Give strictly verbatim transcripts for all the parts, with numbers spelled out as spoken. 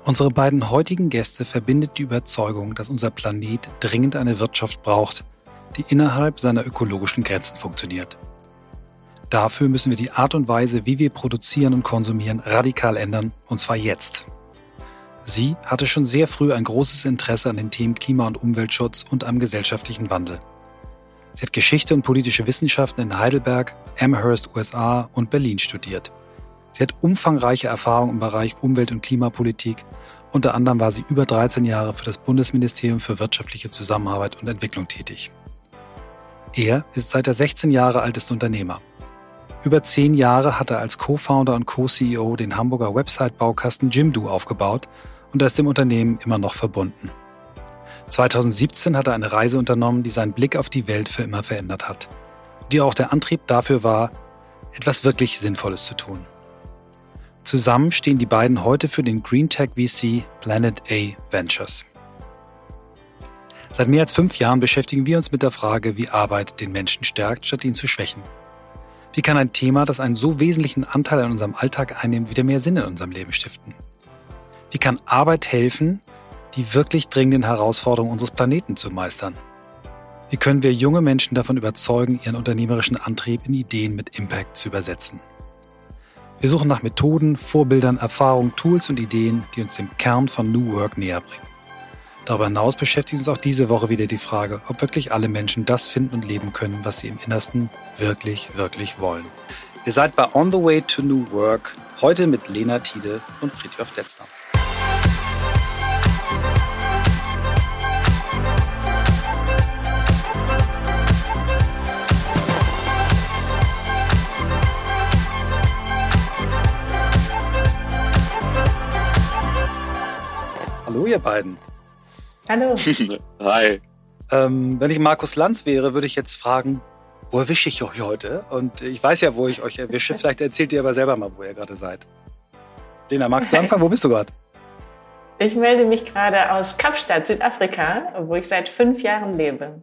Unsere beiden heutigen Gäste verbindet die Überzeugung, dass unser Planet dringend eine Wirtschaft braucht, die innerhalb seiner ökologischen Grenzen funktioniert. Dafür müssen wir die Art und Weise, wie wir produzieren und konsumieren, radikal ändern, und zwar jetzt. Sie hatte schon sehr früh ein großes Interesse an den Themen Klima- und Umweltschutz und am gesellschaftlichen Wandel. Sie hat Geschichte und politische Wissenschaften in Heidelberg, Amherst, U S A und Berlin studiert. Sie hat umfangreiche Erfahrung im Bereich Umwelt- und Klimapolitik. Unter anderem war sie über dreizehn Jahre für das Bundesministerium für wirtschaftliche Zusammenarbeit und Entwicklung tätig. Er ist seit er sechzehn Jahre alt ist Unternehmer. Über zehn Jahre hat er als Co-Founder und Co-C E O den Hamburger Website-Baukasten Jimdo aufgebaut und er ist dem Unternehmen immer noch verbunden. zweitausendsiebzehn hat er eine Reise unternommen, die seinen Blick auf die Welt für immer verändert hat. Die auch der Antrieb dafür war, etwas wirklich Sinnvolles zu tun. Zusammen stehen die beiden heute für den Green Tech V C Planet A Ventures. Seit mehr als fünf Jahren beschäftigen wir uns mit der Frage, wie Arbeit den Menschen stärkt, statt ihn zu schwächen. Wie kann ein Thema, das einen so wesentlichen Anteil an unserem Alltag einnimmt, wieder mehr Sinn in unserem Leben stiften? Wie kann Arbeit helfen, die wirklich dringenden Herausforderungen unseres Planeten zu meistern? Wie können wir junge Menschen davon überzeugen, ihren unternehmerischen Antrieb in Ideen mit Impact zu übersetzen? Wir suchen nach Methoden, Vorbildern, Erfahrungen, Tools und Ideen, die uns dem Kern von New Work näher bringen. Darüber hinaus beschäftigt uns auch diese Woche wieder die Frage, ob wirklich alle Menschen das finden und leben können, was sie im Innersten wirklich, wirklich wollen. Ihr seid bei On the Way to New Work, heute mit Lena Thiele und Fridtjof Detzner. Hallo ihr beiden. Hallo. Hi. Ähm, wenn ich Markus Lanz wäre, würde ich jetzt fragen, wo erwische ich euch heute? Und ich weiß ja, wo ich euch erwische. Vielleicht erzählt ihr aber selber mal, wo ihr gerade seid. Lena, magst du anfangen? Wo bist du gerade? Ich melde mich gerade aus Kapstadt, Südafrika, wo ich seit fünf Jahren lebe.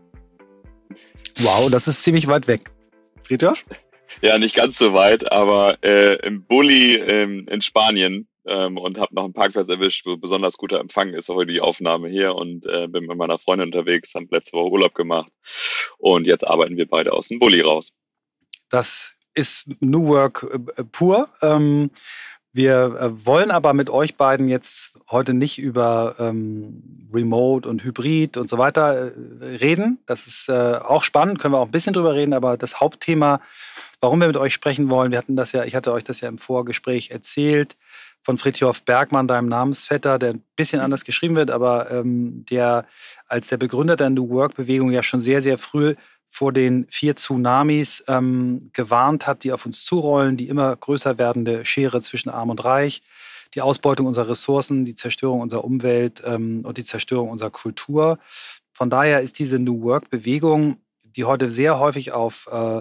Wow, das ist ziemlich weit weg. Fridtjof? Ja, nicht ganz so weit, aber äh, im Bulli ähm, in Spanien ähm, und habe noch einen Parkplatz erwischt, wo besonders guter Empfang ist, auch heute die Aufnahme hier und äh, bin mit meiner Freundin unterwegs, haben letzte Woche Urlaub gemacht und jetzt arbeiten wir beide aus dem Bulli raus. Das ist New Work äh, pur. Ähm, wir äh, wollen aber mit euch beiden jetzt heute nicht über ähm, Remote und Hybrid und so weiter äh, reden. Das ist äh, auch spannend, können wir auch ein bisschen drüber reden, aber das Hauptthema, warum wir mit euch sprechen wollen, wir hatten das ja, ich hatte euch das ja im Vorgespräch erzählt, von Fridtjof Bergmann, deinem Namensvetter, der ein bisschen anders geschrieben wird, aber ähm, der als der Begründer der New Work-Bewegung ja schon sehr, sehr früh vor den vier Tsunamis ähm, gewarnt hat, die auf uns zurollen, die immer größer werdende Schere zwischen Arm und Reich, die Ausbeutung unserer Ressourcen, die Zerstörung unserer Umwelt ähm, und die Zerstörung unserer Kultur. Von daher ist diese New Work-Bewegung, die heute sehr häufig auf äh,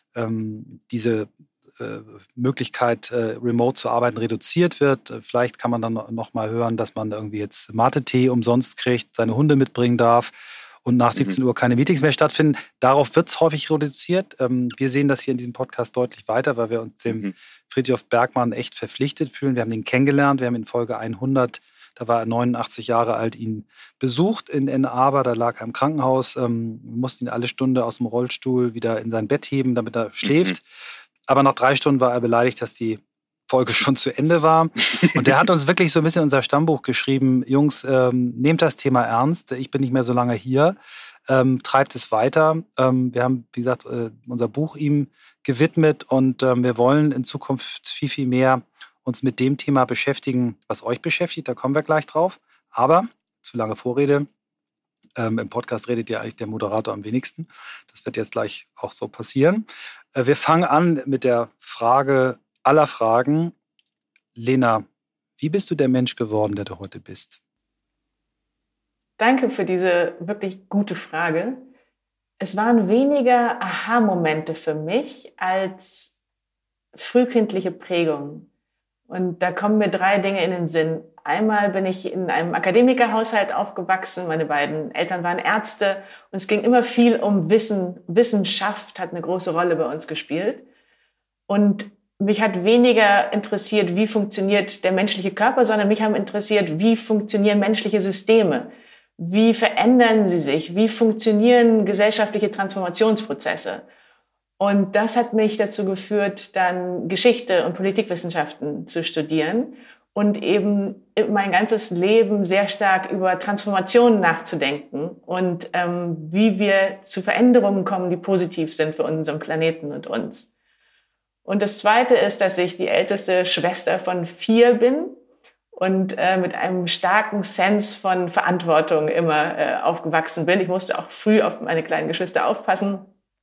ähm, diese äh, Möglichkeit, äh, remote zu arbeiten, reduziert wird. Vielleicht kann man dann noch mal hören, dass man irgendwie jetzt Mate-Tee umsonst kriegt, seine Hunde mitbringen darf und nach siebzehn Uhr keine Meetings mehr stattfinden. Darauf wird es häufig reduziert. Ähm, wir sehen das hier in diesem Podcast deutlich weiter, weil wir uns dem mhm. Fridtjof Bergmann echt verpflichtet fühlen. Wir haben ihn kennengelernt, wir haben in Folge hundert, da war er neunundachtzig Jahre alt, ihn besucht in Ann Arbor, da lag er im Krankenhaus. Ähm, wir mussten ihn alle Stunde aus dem Rollstuhl wieder in sein Bett heben, damit er schläft. Mhm. Aber nach drei Stunden war er beleidigt, dass die Folge schon zu Ende war. Und der hat uns wirklich so ein bisschen unser Stammbuch geschrieben, Jungs, ähm, nehmt das Thema ernst, ich bin nicht mehr so lange hier, ähm, treibt es weiter. Ähm, wir haben, wie gesagt, äh, unser Buch ihm gewidmet und ähm, wir wollen in Zukunft viel, viel mehr uns mit dem Thema beschäftigen, was euch beschäftigt, da kommen wir gleich drauf. Aber, zu lange Vorrede, ähm, im Podcast redet ja eigentlich der Moderator am wenigsten. Das wird jetzt gleich auch so passieren. Äh, wir fangen an mit der Frage aller Fragen. Lena, wie bist du der Mensch geworden, der du heute bist? Danke für diese wirklich gute Frage. Es waren weniger Aha-Momente für mich als frühkindliche Prägung. Und da kommen mir drei Dinge in den Sinn. Einmal bin ich in einem Akademikerhaushalt aufgewachsen. Meine beiden Eltern waren Ärzte und es ging immer viel um Wissen. Wissenschaft hat eine große Rolle bei uns gespielt. Und mich hat weniger interessiert, wie funktioniert der menschliche Körper, sondern mich haben interessiert, wie funktionieren menschliche Systeme? Wie verändern sie sich? Wie funktionieren gesellschaftliche Transformationsprozesse? Und das hat mich dazu geführt, dann Geschichte und Politikwissenschaften zu studieren und eben mein ganzes Leben sehr stark über Transformationen nachzudenken und ähm, wie wir zu Veränderungen kommen, die positiv sind für unseren Planeten und uns. Und das Zweite ist, dass ich die älteste Schwester von vier bin und äh, mit einem starken Sense von Verantwortung immer äh, aufgewachsen bin. Ich musste auch früh auf meine kleinen Geschwister aufpassen.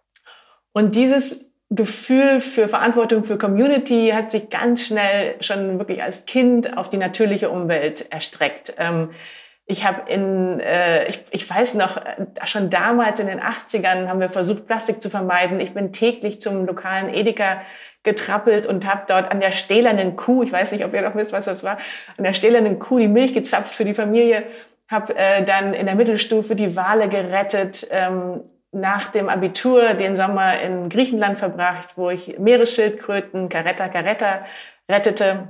Und dieses Gefühl für Verantwortung für Community hat sich ganz schnell schon wirklich als Kind auf die natürliche Umwelt erstreckt. Ähm, ich habe in, äh, ich, ich weiß noch, schon damals in den achtzigern haben wir versucht, Plastik zu vermeiden. Ich bin täglich zum lokalen Edeka getrappelt und habe dort an der stählernen Kuh, ich weiß nicht, ob ihr noch wisst, was das war, an der stählernen Kuh die Milch gezapft für die Familie, habe äh, dann in der Mittelstufe die Wale gerettet, ähm, nach dem Abitur den Sommer in Griechenland verbracht, wo ich Meeresschildkröten, Caretta, Caretta rettete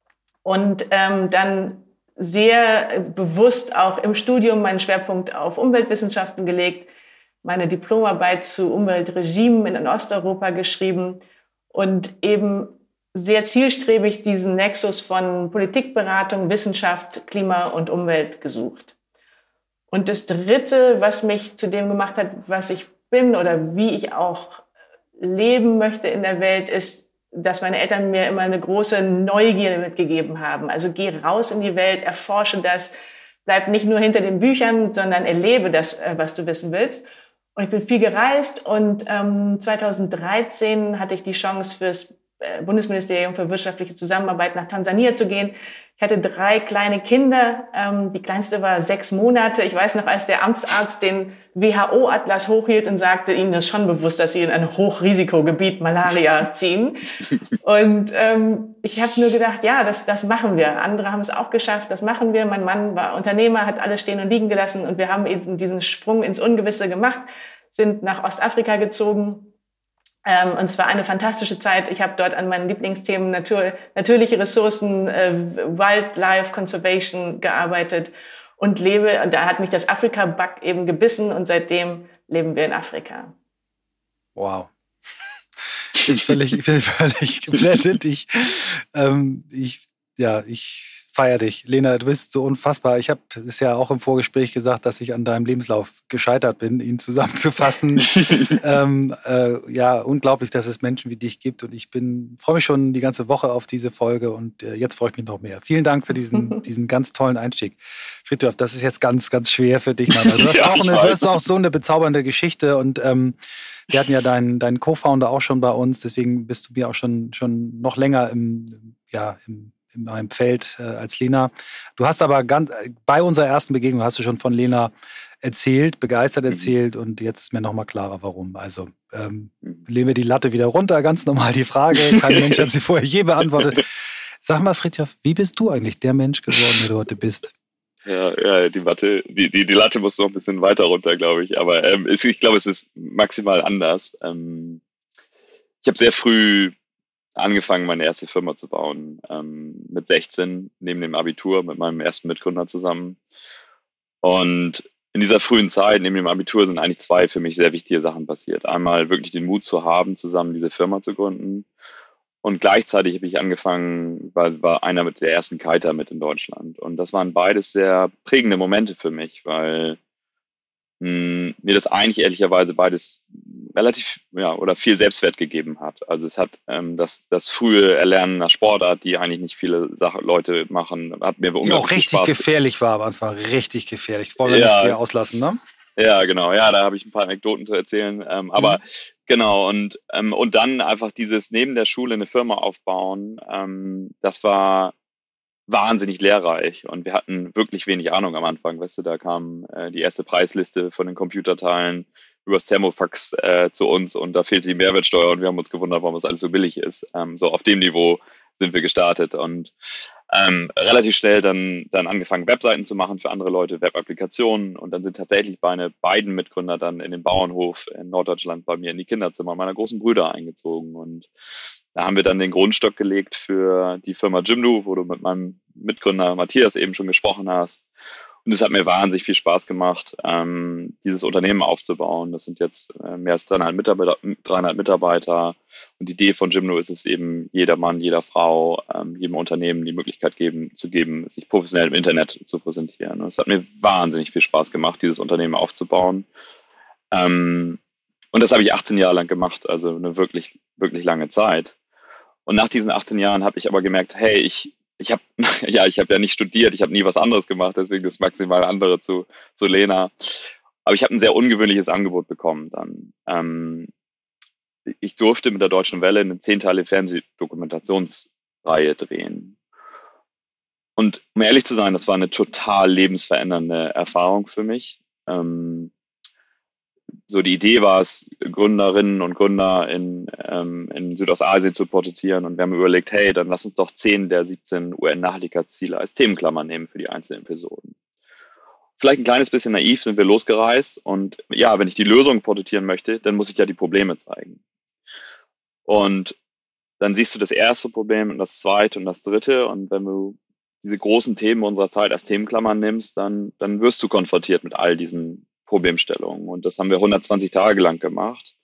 und ähm, dann sehr bewusst auch im Studium meinen Schwerpunkt auf Umweltwissenschaften gelegt, meine Diplomarbeit zu Umweltregimen in Osteuropa geschrieben und eben sehr zielstrebig diesen Nexus von Politikberatung, Wissenschaft, Klima und Umwelt gesucht. Und das Dritte, was mich zu dem gemacht hat, was ich bin oder wie ich auch leben möchte in der Welt, ist, dass meine Eltern mir immer eine große Neugier mitgegeben haben. Also geh raus in die Welt, erforsche das, bleib nicht nur hinter den Büchern, sondern erlebe das, was du wissen willst. Und ich bin viel gereist und ähm, zweitausenddreizehn hatte ich die Chance, fürs Bundesministerium für wirtschaftliche Zusammenarbeit nach Tansania zu gehen. Ich hatte drei kleine Kinder. Ähm, die kleinste war sechs Monate. Ich weiß noch, als der Amtsarzt den W H O-Atlas hochhielt und sagte, ihnen ist schon bewusst, dass sie in ein Hochrisikogebiet Malaria ziehen. Und ähm, ich habe nur gedacht, ja, das, das machen wir. Andere haben es auch geschafft, das machen wir. Mein Mann war Unternehmer, hat alles stehen und liegen gelassen und wir haben eben diesen Sprung ins Ungewisse gemacht, sind nach Ostafrika gezogen. Ähm, und es war eine fantastische Zeit. Ich habe dort an meinen Lieblingsthemen Natur, natürliche Ressourcen, äh, Wildlife Conservation gearbeitet und lebe. Und da hat mich das Afrika-Bug eben gebissen und seitdem leben wir in Afrika. Wow. Ich bin völlig, ich bin völlig geblendet. Ich, ähm, ich, ja, ich feier dich. Lena, du bist so unfassbar. Ich habe es ja auch im Vorgespräch gesagt, dass ich an deinem Lebenslauf gescheitert bin, ihn zusammenzufassen. ähm, äh, ja, unglaublich, dass es Menschen wie dich gibt. Und ich bin freue mich schon die ganze Woche auf diese Folge und äh, jetzt freue ich mich noch mehr. Vielen Dank für diesen, diesen ganz tollen Einstieg. Friedhof, das ist jetzt ganz, ganz schwer für dich. Mann. Du, hast ja, auch eine, du hast auch so eine bezaubernde Geschichte und ähm, wir hatten ja deinen, deinen Co-Founder auch schon bei uns, deswegen bist du mir auch schon, schon noch länger im, ja, im in meinem Feld äh, als Lena. Du hast aber ganz, bei unserer ersten Begegnung hast du schon von Lena erzählt, begeistert erzählt mhm. und jetzt ist mir nochmal klarer, warum. Also ähm, legen wir die Latte wieder runter, ganz normal die Frage. Kein Mensch hat sie vorher je beantwortet. Sag mal, Friedhof, wie bist du eigentlich der Mensch geworden, der du heute bist? Ja, ja, die Latte, die, die, die Latte muss noch ein bisschen weiter runter, glaube ich. Aber ähm, ich, ich glaube, es ist maximal anders. Ähm, ich habe sehr früh angefangen, meine erste Firma zu bauen, ähm, mit sechzehn, neben dem Abitur, mit meinem ersten Mitgründer zusammen. Und in dieser frühen Zeit, neben dem Abitur, sind eigentlich zwei für mich sehr wichtige Sachen passiert. Einmal wirklich den Mut zu haben, zusammen diese Firma zu gründen. Und gleichzeitig habe ich angefangen, war, war einer mit der ersten Kiter mit in Deutschland. Und das waren beides sehr prägende Momente für mich, weil mh, mir das eigentlich ehrlicherweise beides relativ, ja, oder viel Selbstwert gegeben hat. Also es hat ähm, das, das frühe Erlernen einer Sportart, die eigentlich nicht viele Sache, Leute machen, hat mir die auch richtig Spaß gefährlich war am Anfang, richtig gefährlich. Wollen wir ja, nicht hier auslassen, ne? Ja, genau. Ja, da habe ich ein paar Anekdoten zu erzählen. Ähm, aber mhm. genau, und, ähm, und dann einfach dieses neben der Schule eine Firma aufbauen, ähm, das war wahnsinnig lehrreich und wir hatten wirklich wenig Ahnung am Anfang, weißt du, da kam äh, die erste Preisliste von den Computerteilen übers Thermofax äh, zu uns und da fehlte die Mehrwertsteuer und wir haben uns gewundert, warum es alles so billig ist. Ähm, so auf dem Niveau sind wir gestartet und ähm, relativ schnell dann, dann angefangen, Webseiten zu machen für andere Leute, Web-Applikationen und dann sind tatsächlich meine beiden Mitgründer dann in den Bauernhof in Norddeutschland bei mir in die Kinderzimmer meiner großen Brüder eingezogen und Da haben wir dann den Grundstock gelegt für die Firma Jimdo, wo du mit meinem Mitgründer Matthias eben schon gesprochen hast. Und es hat mir wahnsinnig viel Spaß gemacht, ähm, dieses Unternehmen aufzubauen. Das sind jetzt äh, mehr als dreieinhalb Mitarbeiter, dreieinhalb Mitarbeiter. Und die Idee von Jimdo ist es eben, jeder Mann, jeder Frau, ähm, jedem Unternehmen die Möglichkeit geben, zu geben, sich professionell im Internet zu präsentieren. Und es hat mir wahnsinnig viel Spaß gemacht, dieses Unternehmen aufzubauen. Ähm, und das habe ich achtzehn Jahre lang gemacht, also eine wirklich, wirklich lange Zeit. Und nach diesen achtzehn Jahren habe ich aber gemerkt, hey, ich Ich habe ja, ich habe ja nicht studiert, ich habe nie was anderes gemacht, deswegen das maximal andere zu, zu Lena. Aber ich habe ein sehr ungewöhnliches Angebot bekommen dann. Ähm, ich durfte mit der Deutschen Welle eine zehnteilige Fernsehdokumentationsreihe drehen. Und um ehrlich zu sein, das war eine total lebensverändernde Erfahrung für mich. Ähm, so die Idee war es, Gründerinnen und Gründer in, ähm, in Südostasien zu porträtieren. Und wir haben überlegt, hey, dann lass uns doch zehn der siebzehn U N-Nachhaltigkeitsziele als Themenklammer nehmen für die einzelnen Episoden. Vielleicht ein kleines bisschen naiv sind wir losgereist. Und ja, wenn ich die Lösung porträtieren möchte, dann muss ich ja die Probleme zeigen. Und dann siehst du das erste Problem und das zweite und das dritte. Und wenn du diese großen Themen unserer Zeit als Themenklammern nimmst, dann, dann wirst du konfrontiert mit all diesen Problemstellungen. Und das haben wir hundertzwanzig Tage lang gemacht.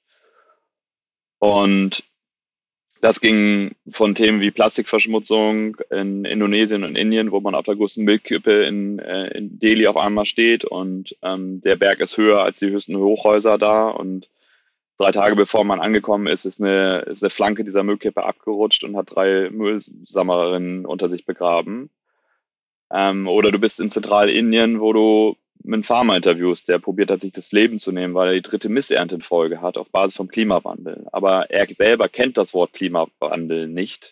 Und das ging von Themen wie Plastikverschmutzung in Indonesien und Indien, wo man auf der größten Müllkippe in, äh, in Delhi auf einmal steht und ähm, der Berg ist höher als die höchsten Hochhäuser da. Und drei Tage bevor man angekommen ist, ist eine, ist eine Flanke dieser Müllkippe abgerutscht und hat drei Müllsammlerinnen unter sich begraben. Ähm, oder du bist in Zentralindien, wo du mit einem Farmer interviewst, der probiert hat, sich das Leben zu nehmen, weil er die dritte Missernte in Folge hat auf Basis vom Klimawandel. Aber er selber kennt das Wort Klimawandel nicht.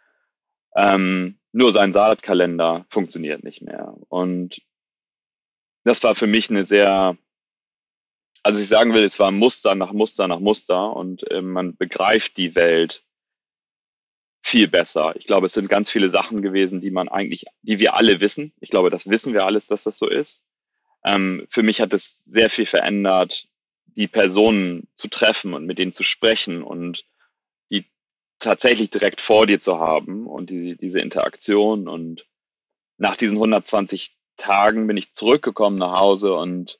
Ähm, nur sein Saatkalender funktioniert nicht mehr. Und das war für mich eine sehr, also ich sagen will, es war Muster nach Muster nach Muster und äh, man begreift die Welt viel besser. Ich glaube, es sind ganz viele Sachen gewesen, die man eigentlich, die wir alle wissen. Ich glaube, das wissen wir alles, dass das so ist. Ähm, für mich hat es sehr viel verändert, die Personen zu treffen und mit denen zu sprechen und die tatsächlich direkt vor dir zu haben und die, diese Interaktion. Und nach diesen hundertzwanzig Tagen bin ich zurückgekommen nach Hause und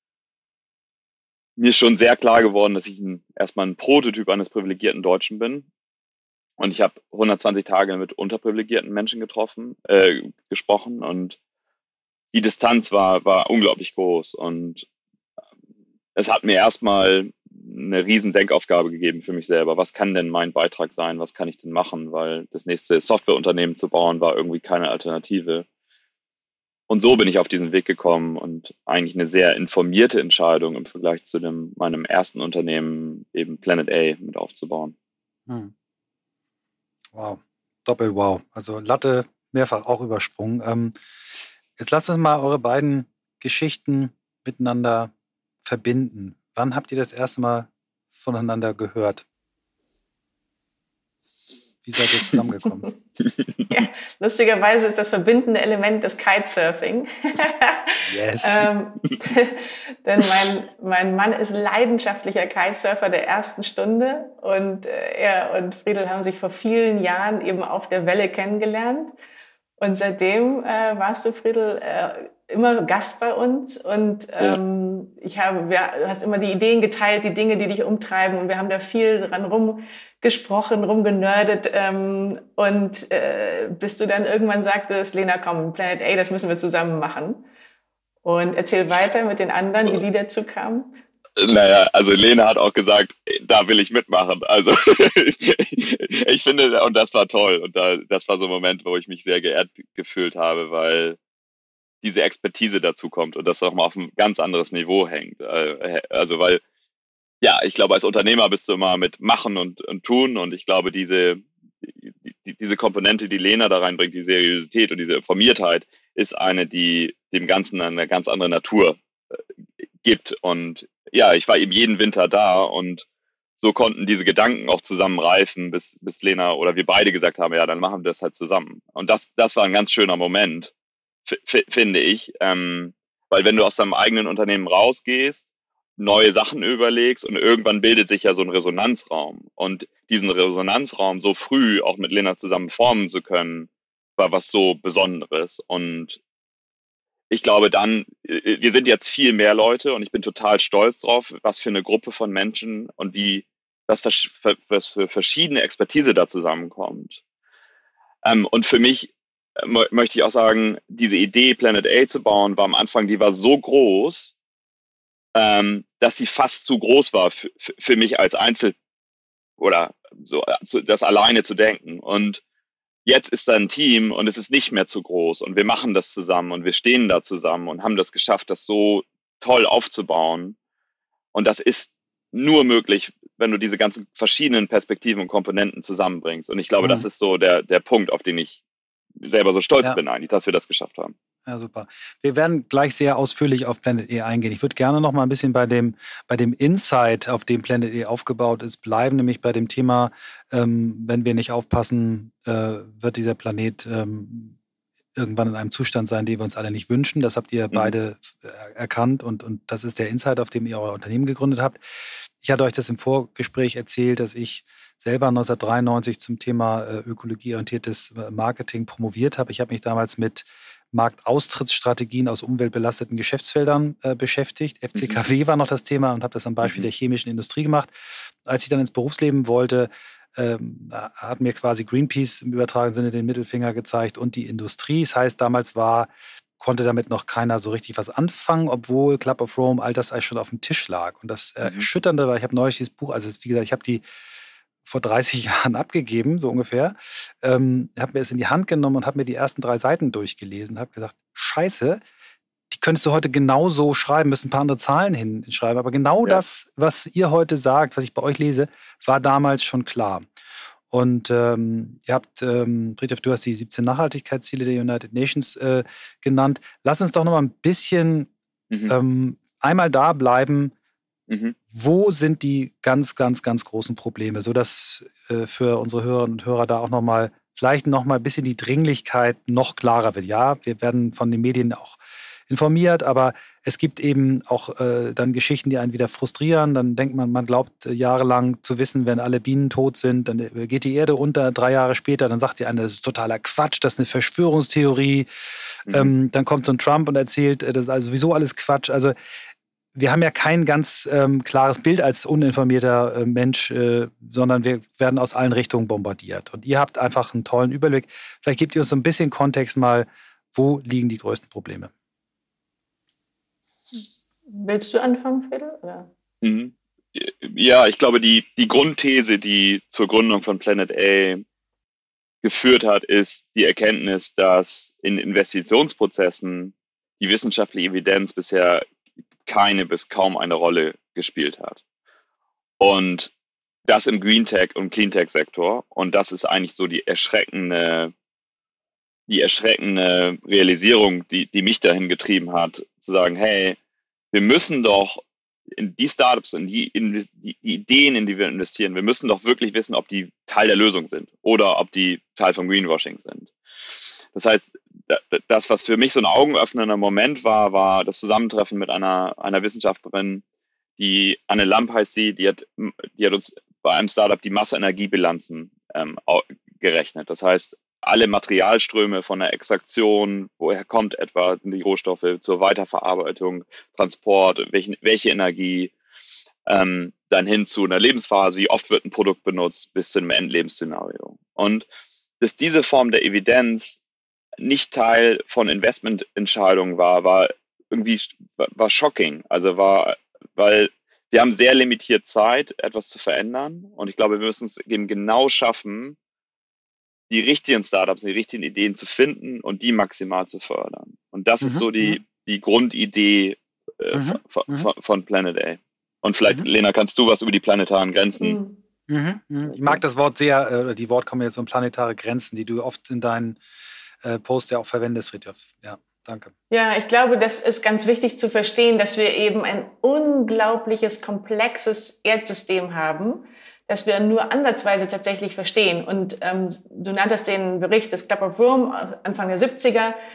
mir ist schon sehr klar geworden, dass ich ein, erstmal ein Prototyp eines privilegierten Deutschen bin. Und ich habe hundertzwanzig Tage mit unterprivilegierten Menschen getroffen, äh, gesprochen und die Distanz war, war unglaublich groß und es hat mir erstmal eine riesen Denkaufgabe gegeben für mich selber. Was kann denn mein Beitrag sein? Was kann ich denn machen? Weil das nächste Softwareunternehmen zu bauen war irgendwie keine Alternative. Und so bin ich auf diesen Weg gekommen und eigentlich eine sehr informierte Entscheidung im Vergleich zu dem, meinem ersten Unternehmen, eben Planet A, mit aufzubauen. Hm. Wow, Doppel-Wow. Also Latte mehrfach auch übersprungen. Ähm, jetzt lasst uns mal eure beiden Geschichten miteinander verbinden. Wann habt ihr das erste Mal voneinander gehört? Wie seid ihr zusammengekommen? Ja, lustigerweise ist das verbindende Element das Kitesurfing. Yes. ähm, denn mein, mein Mann ist leidenschaftlicher Kitesurfer der ersten Stunde und äh, er und Friedel haben sich vor vielen Jahren eben auf der Welle kennengelernt. Und seitdem äh, warst du, Friedel, äh, immer Gast bei uns und ähm, ja. ich habe, wir, du hast immer die Ideen geteilt, die Dinge, die dich umtreiben und wir haben da viel dran rumgesprochen, rumgenördet ähm, und äh, bis du dann irgendwann sagtest, Lena, komm, Planet A, das müssen wir zusammen machen. Und erzähl weiter mit den anderen, wie die dazu kamen. Naja, also Lena hat auch gesagt, da will ich mitmachen. Also ich finde, und das war toll. Und da, das war so ein Moment, wo ich mich sehr geehrt gefühlt habe, weil diese Expertise dazu kommt und das auch mal auf ein ganz anderes Niveau hängt. Also weil, ja, ich glaube, als Unternehmer bist du immer mit Machen und, und Tun und ich glaube, diese, die, diese Komponente, die Lena da reinbringt, die Seriosität und diese Informiertheit, ist eine, die dem Ganzen eine ganz andere Natur gibt. Und ja, ich war eben jeden Winter da und so konnten diese Gedanken auch zusammen reifen, bis, bis Lena oder wir beide gesagt haben, ja, dann machen wir das halt zusammen. Und das, das war ein ganz schöner Moment, f- f- finde ich, ähm, weil wenn du aus deinem eigenen Unternehmen rausgehst neue Sachen überlegst und irgendwann bildet sich ja so ein Resonanzraum. Und diesen Resonanzraum so früh auch mit Lena zusammen formen zu können, war was so Besonderes. Und ich glaube dann, wir sind jetzt viel mehr Leute und ich bin total stolz drauf, was für eine Gruppe von Menschen und wie was, was für verschiedene Expertise da zusammenkommt. Ähm, und für mich äh, möchte ich auch sagen, diese Idee, Planet A zu bauen, war am Anfang, die war so groß, ähm, dass sie fast zu groß war für, für mich als Einzel- oder so, das alleine zu denken. Und jetzt ist da ein Team und es ist nicht mehr zu groß und wir machen das zusammen und wir stehen da zusammen und haben das geschafft, das so toll aufzubauen. Und das ist nur möglich, wenn du diese ganzen verschiedenen Perspektiven und Komponenten zusammenbringst. Und ich glaube, mhm. das ist so der, der Punkt, auf den ich selber so stolz ja. bin eigentlich, dass wir das geschafft haben. Ja, super. Wir werden gleich sehr ausführlich auf Planet E eingehen. Ich würde gerne noch mal ein bisschen bei dem, bei dem Insight, auf dem Planet E aufgebaut ist, bleiben, nämlich bei dem Thema, ähm, wenn wir nicht aufpassen, äh, wird dieser Planet ähm, irgendwann in einem Zustand sein, den wir uns alle nicht wünschen. Das habt ihr mhm. beide erkannt und, und das ist der Insight, auf dem ihr euer Unternehmen gegründet habt. Ich hatte euch das im Vorgespräch erzählt, dass ich selber neunzehnhundertdreiundneunzig zum Thema äh, ökologieorientiertes Marketing promoviert habe. Ich habe mich damals mit Marktaustrittsstrategien aus umweltbelasteten Geschäftsfeldern äh, beschäftigt. F C K W mhm. war noch das Thema und habe das am Beispiel mhm. der chemischen Industrie gemacht. Als ich dann ins Berufsleben wollte, ähm, hat mir quasi Greenpeace im übertragenen Sinne den Mittelfinger gezeigt und die Industrie. Das heißt, damals war, konnte damit noch keiner so richtig was anfangen, obwohl Club of Rome all das eigentlich schon auf dem Tisch lag. Und das äh, mhm. Erschütternde war, ich habe neulich dieses Buch, also wie gesagt, ich habe die vor dreißig Jahren abgegeben, so ungefähr. Ähm, habe mir es in die Hand genommen und habe mir die ersten drei Seiten durchgelesen. Habe gesagt, Scheiße, die könntest du heute genauso schreiben, müssen ein paar andere Zahlen hinschreiben. Aber genau ja. das, was ihr heute sagt, was ich bei euch lese, war damals schon klar. Und ähm, ihr habt, ähm, Friedrich, du hast die siebzehn Nachhaltigkeitsziele der United Nations äh, genannt. Lass uns doch noch mal ein bisschen mhm. ähm, einmal da bleiben. Mhm. Wo sind die ganz, ganz, ganz großen Probleme, sodass äh, für unsere Hörerinnen und Hörer da auch nochmal, vielleicht nochmal ein bisschen die Dringlichkeit noch klarer wird. Ja, wir werden von den Medien auch informiert, aber es gibt eben auch äh, dann Geschichten, die einen wieder frustrieren. Dann denkt man, man glaubt äh, jahrelang zu wissen, wenn alle Bienen tot sind, dann äh, geht die Erde unter, drei Jahre später, dann sagt die eine, das ist totaler Quatsch, das ist eine Verschwörungstheorie. Mhm. Ähm, dann kommt so ein Trump und erzählt, äh, das ist also sowieso alles Quatsch. Also wir haben ja kein ganz ähm, klares Bild als uninformierter äh, Mensch, äh, sondern wir werden aus allen Richtungen bombardiert. Und ihr habt einfach einen tollen Überblick. Vielleicht gebt ihr uns so ein bisschen Kontext mal, wo liegen die größten Probleme? Willst du anfangen, Fredel? Oder? Mhm. Ja, ich glaube, die, die Grundthese, die zur Gründung von Planet A geführt hat, ist die Erkenntnis, dass in Investitionsprozessen die wissenschaftliche Evidenz bisher keine bis kaum eine Rolle gespielt hat. Und das im Green Tech und Clean Tech Sektor. Und das ist eigentlich so die erschreckende, die erschreckende Realisierung, die, die mich dahin getrieben hat, zu sagen, hey, wir müssen doch in die Startups, in die, in die, die Ideen, in die wir investieren, wir müssen doch wirklich wissen, ob die Teil der Lösung sind oder ob die Teil von Greenwashing sind. Das heißt, das, was für mich so ein augenöffnender Moment war, war das Zusammentreffen mit einer, einer Wissenschaftlerin, die Anne Lamp heißt sie, die hat, die hat uns bei einem Startup die Masseenergiebilanzen ähm, gerechnet. Das heißt, alle Materialströme von der Extraktion, woher kommt etwa die Rohstoffe, zur Weiterverarbeitung, Transport, welche, welche Energie, ähm, dann hin zu einer Lebensphase, wie oft wird ein Produkt benutzt, bis zu einem Endlebensszenario. Und dass diese Form der Evidenz nicht Teil von Investmententscheidungen war, war irgendwie war shocking. Also war, weil wir haben sehr limitiert Zeit, etwas zu verändern. Und ich glaube, wir müssen es eben genau schaffen, die richtigen Startups, die richtigen Ideen zu finden und die maximal zu fördern. Und das mhm. ist so die, die Grundidee äh, mhm. von, von, von Planet A. Und vielleicht, mhm. Lena, kannst du was über die planetaren Grenzen? Mhm. Mhm. Ich mag das Wort sehr, äh, die Wortkombination planetare Grenzen, die du oft in deinen äh, Posts ja auch verwendest, Friedrich. Ja, danke. Ja, ich glaube, das ist ganz wichtig zu verstehen, dass wir eben ein unglaubliches, komplexes Erdsystem haben, das wir nur ansatzweise tatsächlich verstehen. Und ähm, du nanntest den Bericht des Club of Rome Anfang der siebziger.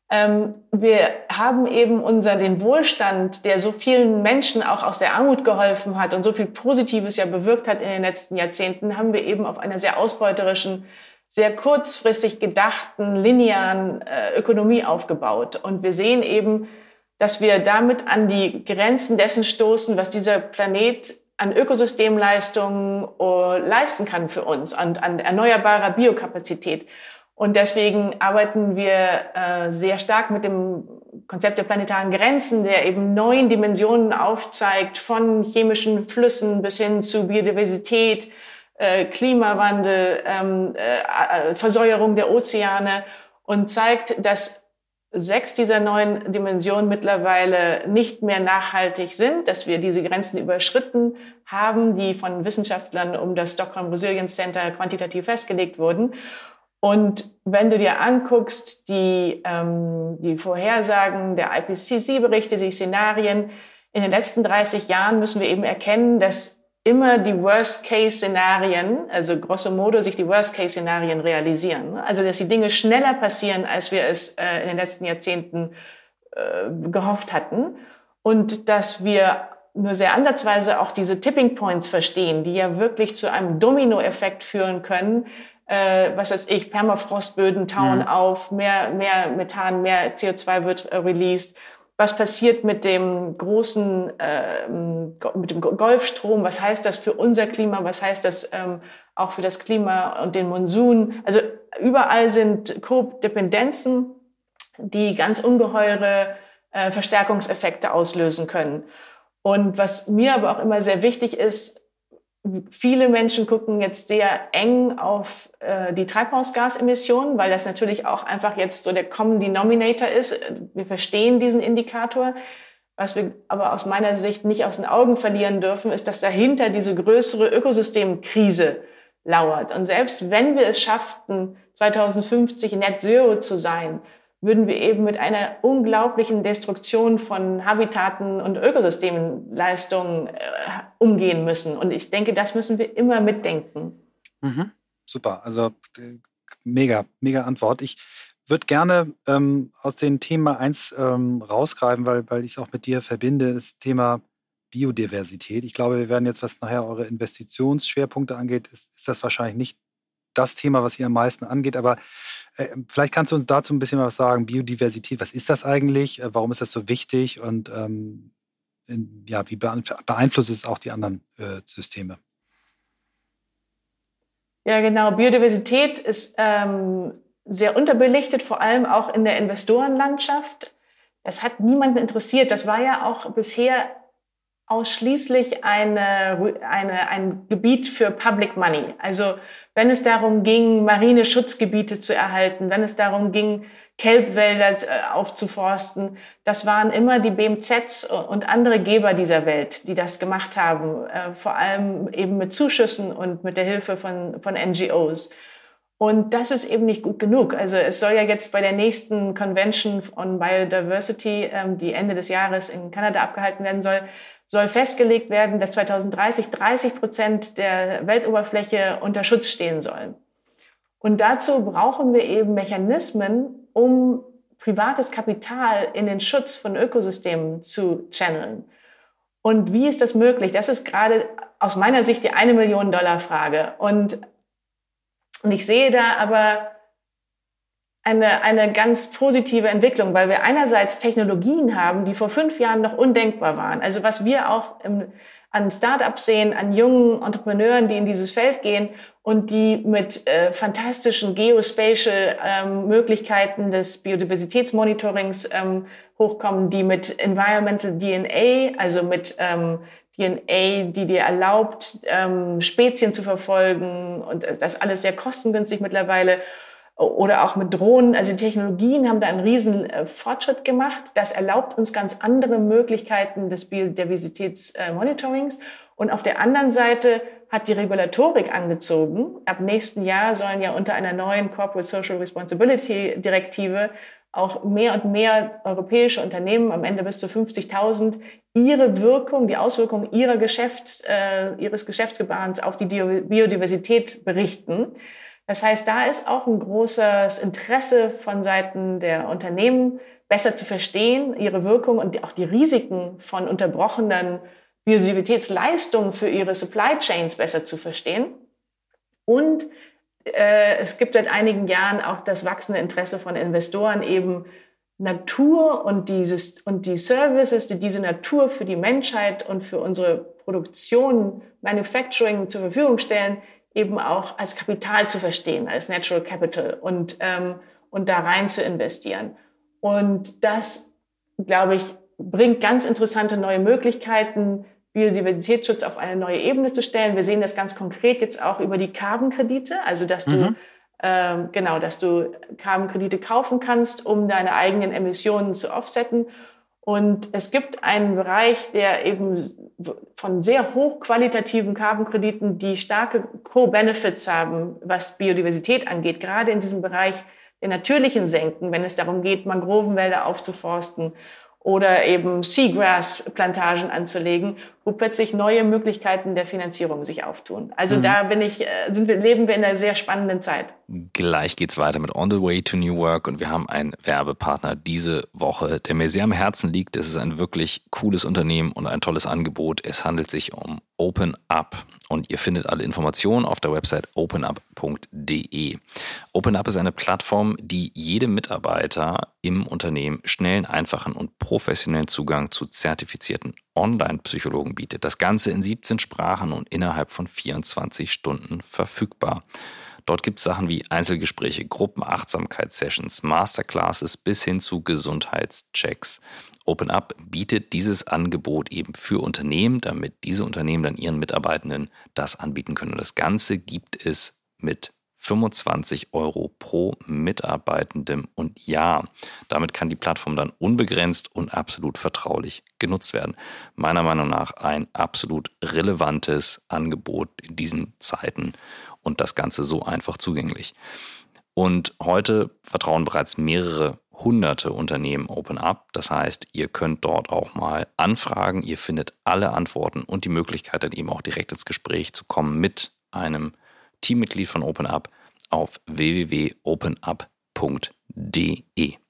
Ähm, wir haben eben unser, den Wohlstand, der so vielen Menschen auch aus der Armut geholfen hat und so viel Positives ja bewirkt hat in den letzten Jahrzehnten, haben wir eben auf einer sehr ausbeuterischen, sehr kurzfristig gedachten, linearen äh, Ökonomie aufgebaut. Und wir sehen eben, dass wir damit an die Grenzen dessen stoßen, was dieser Planet an Ökosystemleistungen äh, leisten kann für uns und an erneuerbarer Biokapazität. Und deswegen arbeiten wir äh, sehr stark mit dem Konzept der planetaren Grenzen, der eben neun Dimensionen aufzeigt, von chemischen Flüssen bis hin zu Biodiversität, äh, Klimawandel, ähm, äh, Versäuerung der Ozeane und zeigt, dass sechs dieser neun Dimensionen mittlerweile nicht mehr nachhaltig sind, dass wir diese Grenzen überschritten haben, die von Wissenschaftlern um das Stockholm Resilience Center quantitativ festgelegt wurden. Und wenn du dir anguckst, die, ähm, die Vorhersagen der I P C C-Berichte, die Szenarien, in den letzten dreißig Jahren müssen wir eben erkennen, dass immer die Worst-Case-Szenarien, also grosso modo sich die Worst-Case-Szenarien realisieren. Also dass die Dinge schneller passieren, als wir es äh, in den letzten Jahrzehnten äh, gehofft hatten. Und dass wir nur sehr ansatzweise auch diese Tipping Points verstehen, die ja wirklich zu einem Dominoeffekt führen können. Äh, was weiß ich, Permafrostböden tauen mhm. auf, mehr, mehr Methan, mehr C O zwei wird äh, released. Was passiert mit dem großen, äh, mit dem Golfstrom? Was heißt das für unser Klima? Was heißt das ähm, auch für das Klima und den Monsun? Also überall sind Kodependenzen, die ganz ungeheure äh, Verstärkungseffekte auslösen können. Und was mir aber auch immer sehr wichtig ist, viele Menschen gucken jetzt sehr eng auf äh, die Treibhausgasemissionen, weil das natürlich auch einfach jetzt so der Common Denominator ist. Wir verstehen diesen Indikator. Was wir aber aus meiner Sicht nicht aus den Augen verlieren dürfen, ist, dass dahinter diese größere Ökosystemkrise lauert. Und selbst wenn wir es schafften, zweitausendfünfzig Net Zero zu sein, würden wir eben mit einer unglaublichen Destruktion von Habitaten und Ökosystemleistungen äh, umgehen müssen. Und ich denke, das müssen wir immer mitdenken. Mhm. Super, also äh, mega, mega Antwort. Ich würde gerne ähm, aus dem Thema eins ähm, rausgreifen, weil, weil ich es auch mit dir verbinde, das Thema Biodiversität. Ich glaube, wir werden jetzt, was nachher eure Investitionsschwerpunkte angeht, ist, ist das wahrscheinlich nicht das Thema, was ihr am meisten angeht, aber äh, vielleicht kannst du uns dazu ein bisschen was sagen. Biodiversität, was ist das eigentlich? Äh, warum ist das so wichtig? Und ähm, in, ja, wie beeinflusst es auch die anderen äh, Systeme? Ja, genau. Biodiversität ist ähm, sehr unterbelichtet, vor allem auch in der Investorenlandschaft. Das hat niemanden interessiert. Das war ja auch bisher ausschließlich eine, eine, ein Gebiet für Public Money. Also wenn es darum ging, marine Schutzgebiete zu erhalten, wenn es darum ging, Kelbwälder aufzuforsten, das waren immer die B M Zs und andere Geber dieser Welt, die das gemacht haben, vor allem eben mit Zuschüssen und mit der Hilfe von, von N G Os. Und das ist eben nicht gut genug. Also es soll ja jetzt bei der nächsten Convention on Biodiversity, die Ende des Jahres in Kanada abgehalten werden soll, soll festgelegt werden, dass zweitausenddreißig dreißig Prozent der Weltoberfläche unter Schutz stehen sollen. Und dazu brauchen wir eben Mechanismen, um privates Kapital in den Schutz von Ökosystemen zu channeln. Und wie ist das möglich? Das ist gerade aus meiner Sicht die eine Million Dollar Frage. Und, und ich sehe da aber eine, eine ganz positive Entwicklung, weil wir einerseits Technologien haben, die vor fünf Jahren noch undenkbar waren. Also was wir auch im, an Startups sehen, an jungen Entrepreneuren, die in dieses Feld gehen und die mit äh, fantastischen Geospatial-Möglichkeiten ähm, des Biodiversitätsmonitorings ähm, hochkommen, die mit Environmental D N A, also mit ähm, D N A, die dir erlaubt, ähm, Spezien zu verfolgen, und das alles sehr kostengünstig mittlerweile. Oder auch mit Drohnen. Also die Technologien haben da einen riesen äh, Fortschritt gemacht. Das erlaubt uns ganz andere Möglichkeiten des Biodiversitätsmonitorings. Und auf der anderen Seite hat die Regulatorik angezogen. Ab nächsten Jahr sollen ja unter einer neuen Corporate Social Responsibility Direktive auch mehr und mehr europäische Unternehmen, am Ende bis zu fünfzigtausend, ihre Wirkung, die Auswirkungen ihrer Geschäfts, äh, ihres Geschäftsgebaren auf die Biodiversität berichten. Das heißt, da ist auch ein großes Interesse von Seiten der Unternehmen, besser zu verstehen, ihre Wirkung und auch die Risiken von unterbrochenen Biodiversitätsleistungen für ihre Supply Chains besser zu verstehen. Und äh, es gibt seit einigen Jahren auch das wachsende Interesse von Investoren, eben Natur und, dieses, und die Services, die diese Natur für die Menschheit und für unsere Produktion, Manufacturing zur Verfügung stellen, eben auch als Kapital zu verstehen, als Natural Capital und, ähm, und da rein zu investieren. Und das, glaube ich, bringt ganz interessante neue Möglichkeiten, Biodiversitätsschutz auf eine neue Ebene zu stellen. Wir sehen das ganz konkret jetzt auch über die Carbon-Kredite, also dass du, mhm. ähm, genau, dass du Carbon-Kredite kaufen kannst, um deine eigenen Emissionen zu offsetten. Und es gibt einen Bereich, der eben von sehr hochqualitativen Carbon-Krediten, die starke Co-Benefits haben, was Biodiversität angeht, gerade in diesem Bereich der natürlichen Senken, wenn es darum geht, Mangrovenwälder aufzuforsten oder eben Seagrass-Plantagen anzulegen, wo plötzlich neue Möglichkeiten der Finanzierung sich auftun. Also mhm. da bin ich, sind wir, leben wir in einer sehr spannenden Zeit. Gleich geht's weiter mit On the Way to New Work und wir haben einen Werbepartner diese Woche, der mir sehr am Herzen liegt. Es ist ein wirklich cooles Unternehmen und ein tolles Angebot. Es handelt sich um OpenUp und ihr findet alle Informationen auf der Website openup punkt de. OpenUp ist eine Plattform, die jedem Mitarbeiter im Unternehmen schnellen, einfachen und professionellen Zugang zu zertifizierten Online-Psychologen bietet. Das Ganze in siebzehn Sprachen und innerhalb von vierundzwanzig Stunden verfügbar. Dort gibt es Sachen wie Einzelgespräche, Gruppenachtsamkeitssessions, Masterclasses bis hin zu Gesundheitschecks. OpenUp bietet dieses Angebot eben für Unternehmen, damit diese Unternehmen dann ihren Mitarbeitenden das anbieten können. Und das Ganze gibt es mit fünfundzwanzig Euro pro Mitarbeitendem und Jahr. Damit kann die Plattform dann unbegrenzt und absolut vertraulich genutzt werden. Meiner Meinung nach ein absolut relevantes Angebot in diesen Zeiten und das Ganze so einfach zugänglich. Und heute vertrauen bereits mehrere hunderte Unternehmen OpenUp. Das heißt, ihr könnt dort auch mal anfragen. Ihr findet alle Antworten und die Möglichkeit, dann eben auch direkt ins Gespräch zu kommen mit einem Teammitglied von OpenUp auf w w w punkt openup punkt de.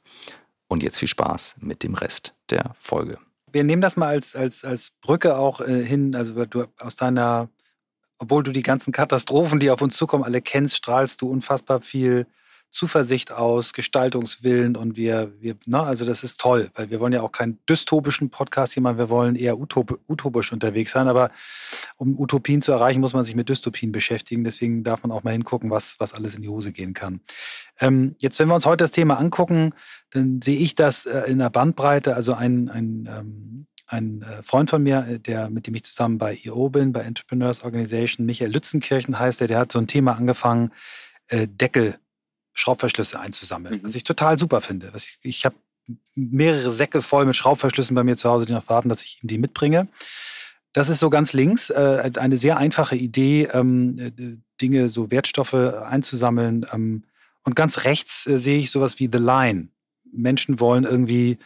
Und jetzt viel Spaß mit dem Rest der Folge. Wir nehmen das mal als, als, als Brücke auch äh, hin, also du aus deiner, obwohl du die ganzen Katastrophen, die auf uns zukommen, alle kennst, strahlst du unfassbar viel Zuversicht aus, Gestaltungswillen und wir, wir na, also das ist toll, weil wir wollen ja auch keinen dystopischen Podcast hier machen, wir wollen eher utop, utopisch unterwegs sein, aber um Utopien zu erreichen, muss man sich mit Dystopien beschäftigen, deswegen darf man auch mal hingucken, was, was alles in die Hose gehen kann. Ähm, jetzt, wenn wir uns heute das Thema angucken, dann sehe ich das äh, in der Bandbreite, also ein, ein, ähm, ein äh, Freund von mir, der, mit dem ich zusammen bei I O bin, bei Entrepreneurs Organization, Michael Lützenkirchen heißt der, der hat so ein Thema angefangen, äh, Deckel Schraubverschlüsse einzusammeln, mhm. was ich total super finde. Ich, ich habe mehrere Säcke voll mit Schraubverschlüssen bei mir zu Hause, die noch warten, dass ich ihm die mitbringe. Das ist so ganz links äh, eine sehr einfache Idee, ähm, Dinge, so Wertstoffe einzusammeln. Ähm, und ganz rechts äh, sehe ich sowas wie The Line. Menschen wollen irgendwie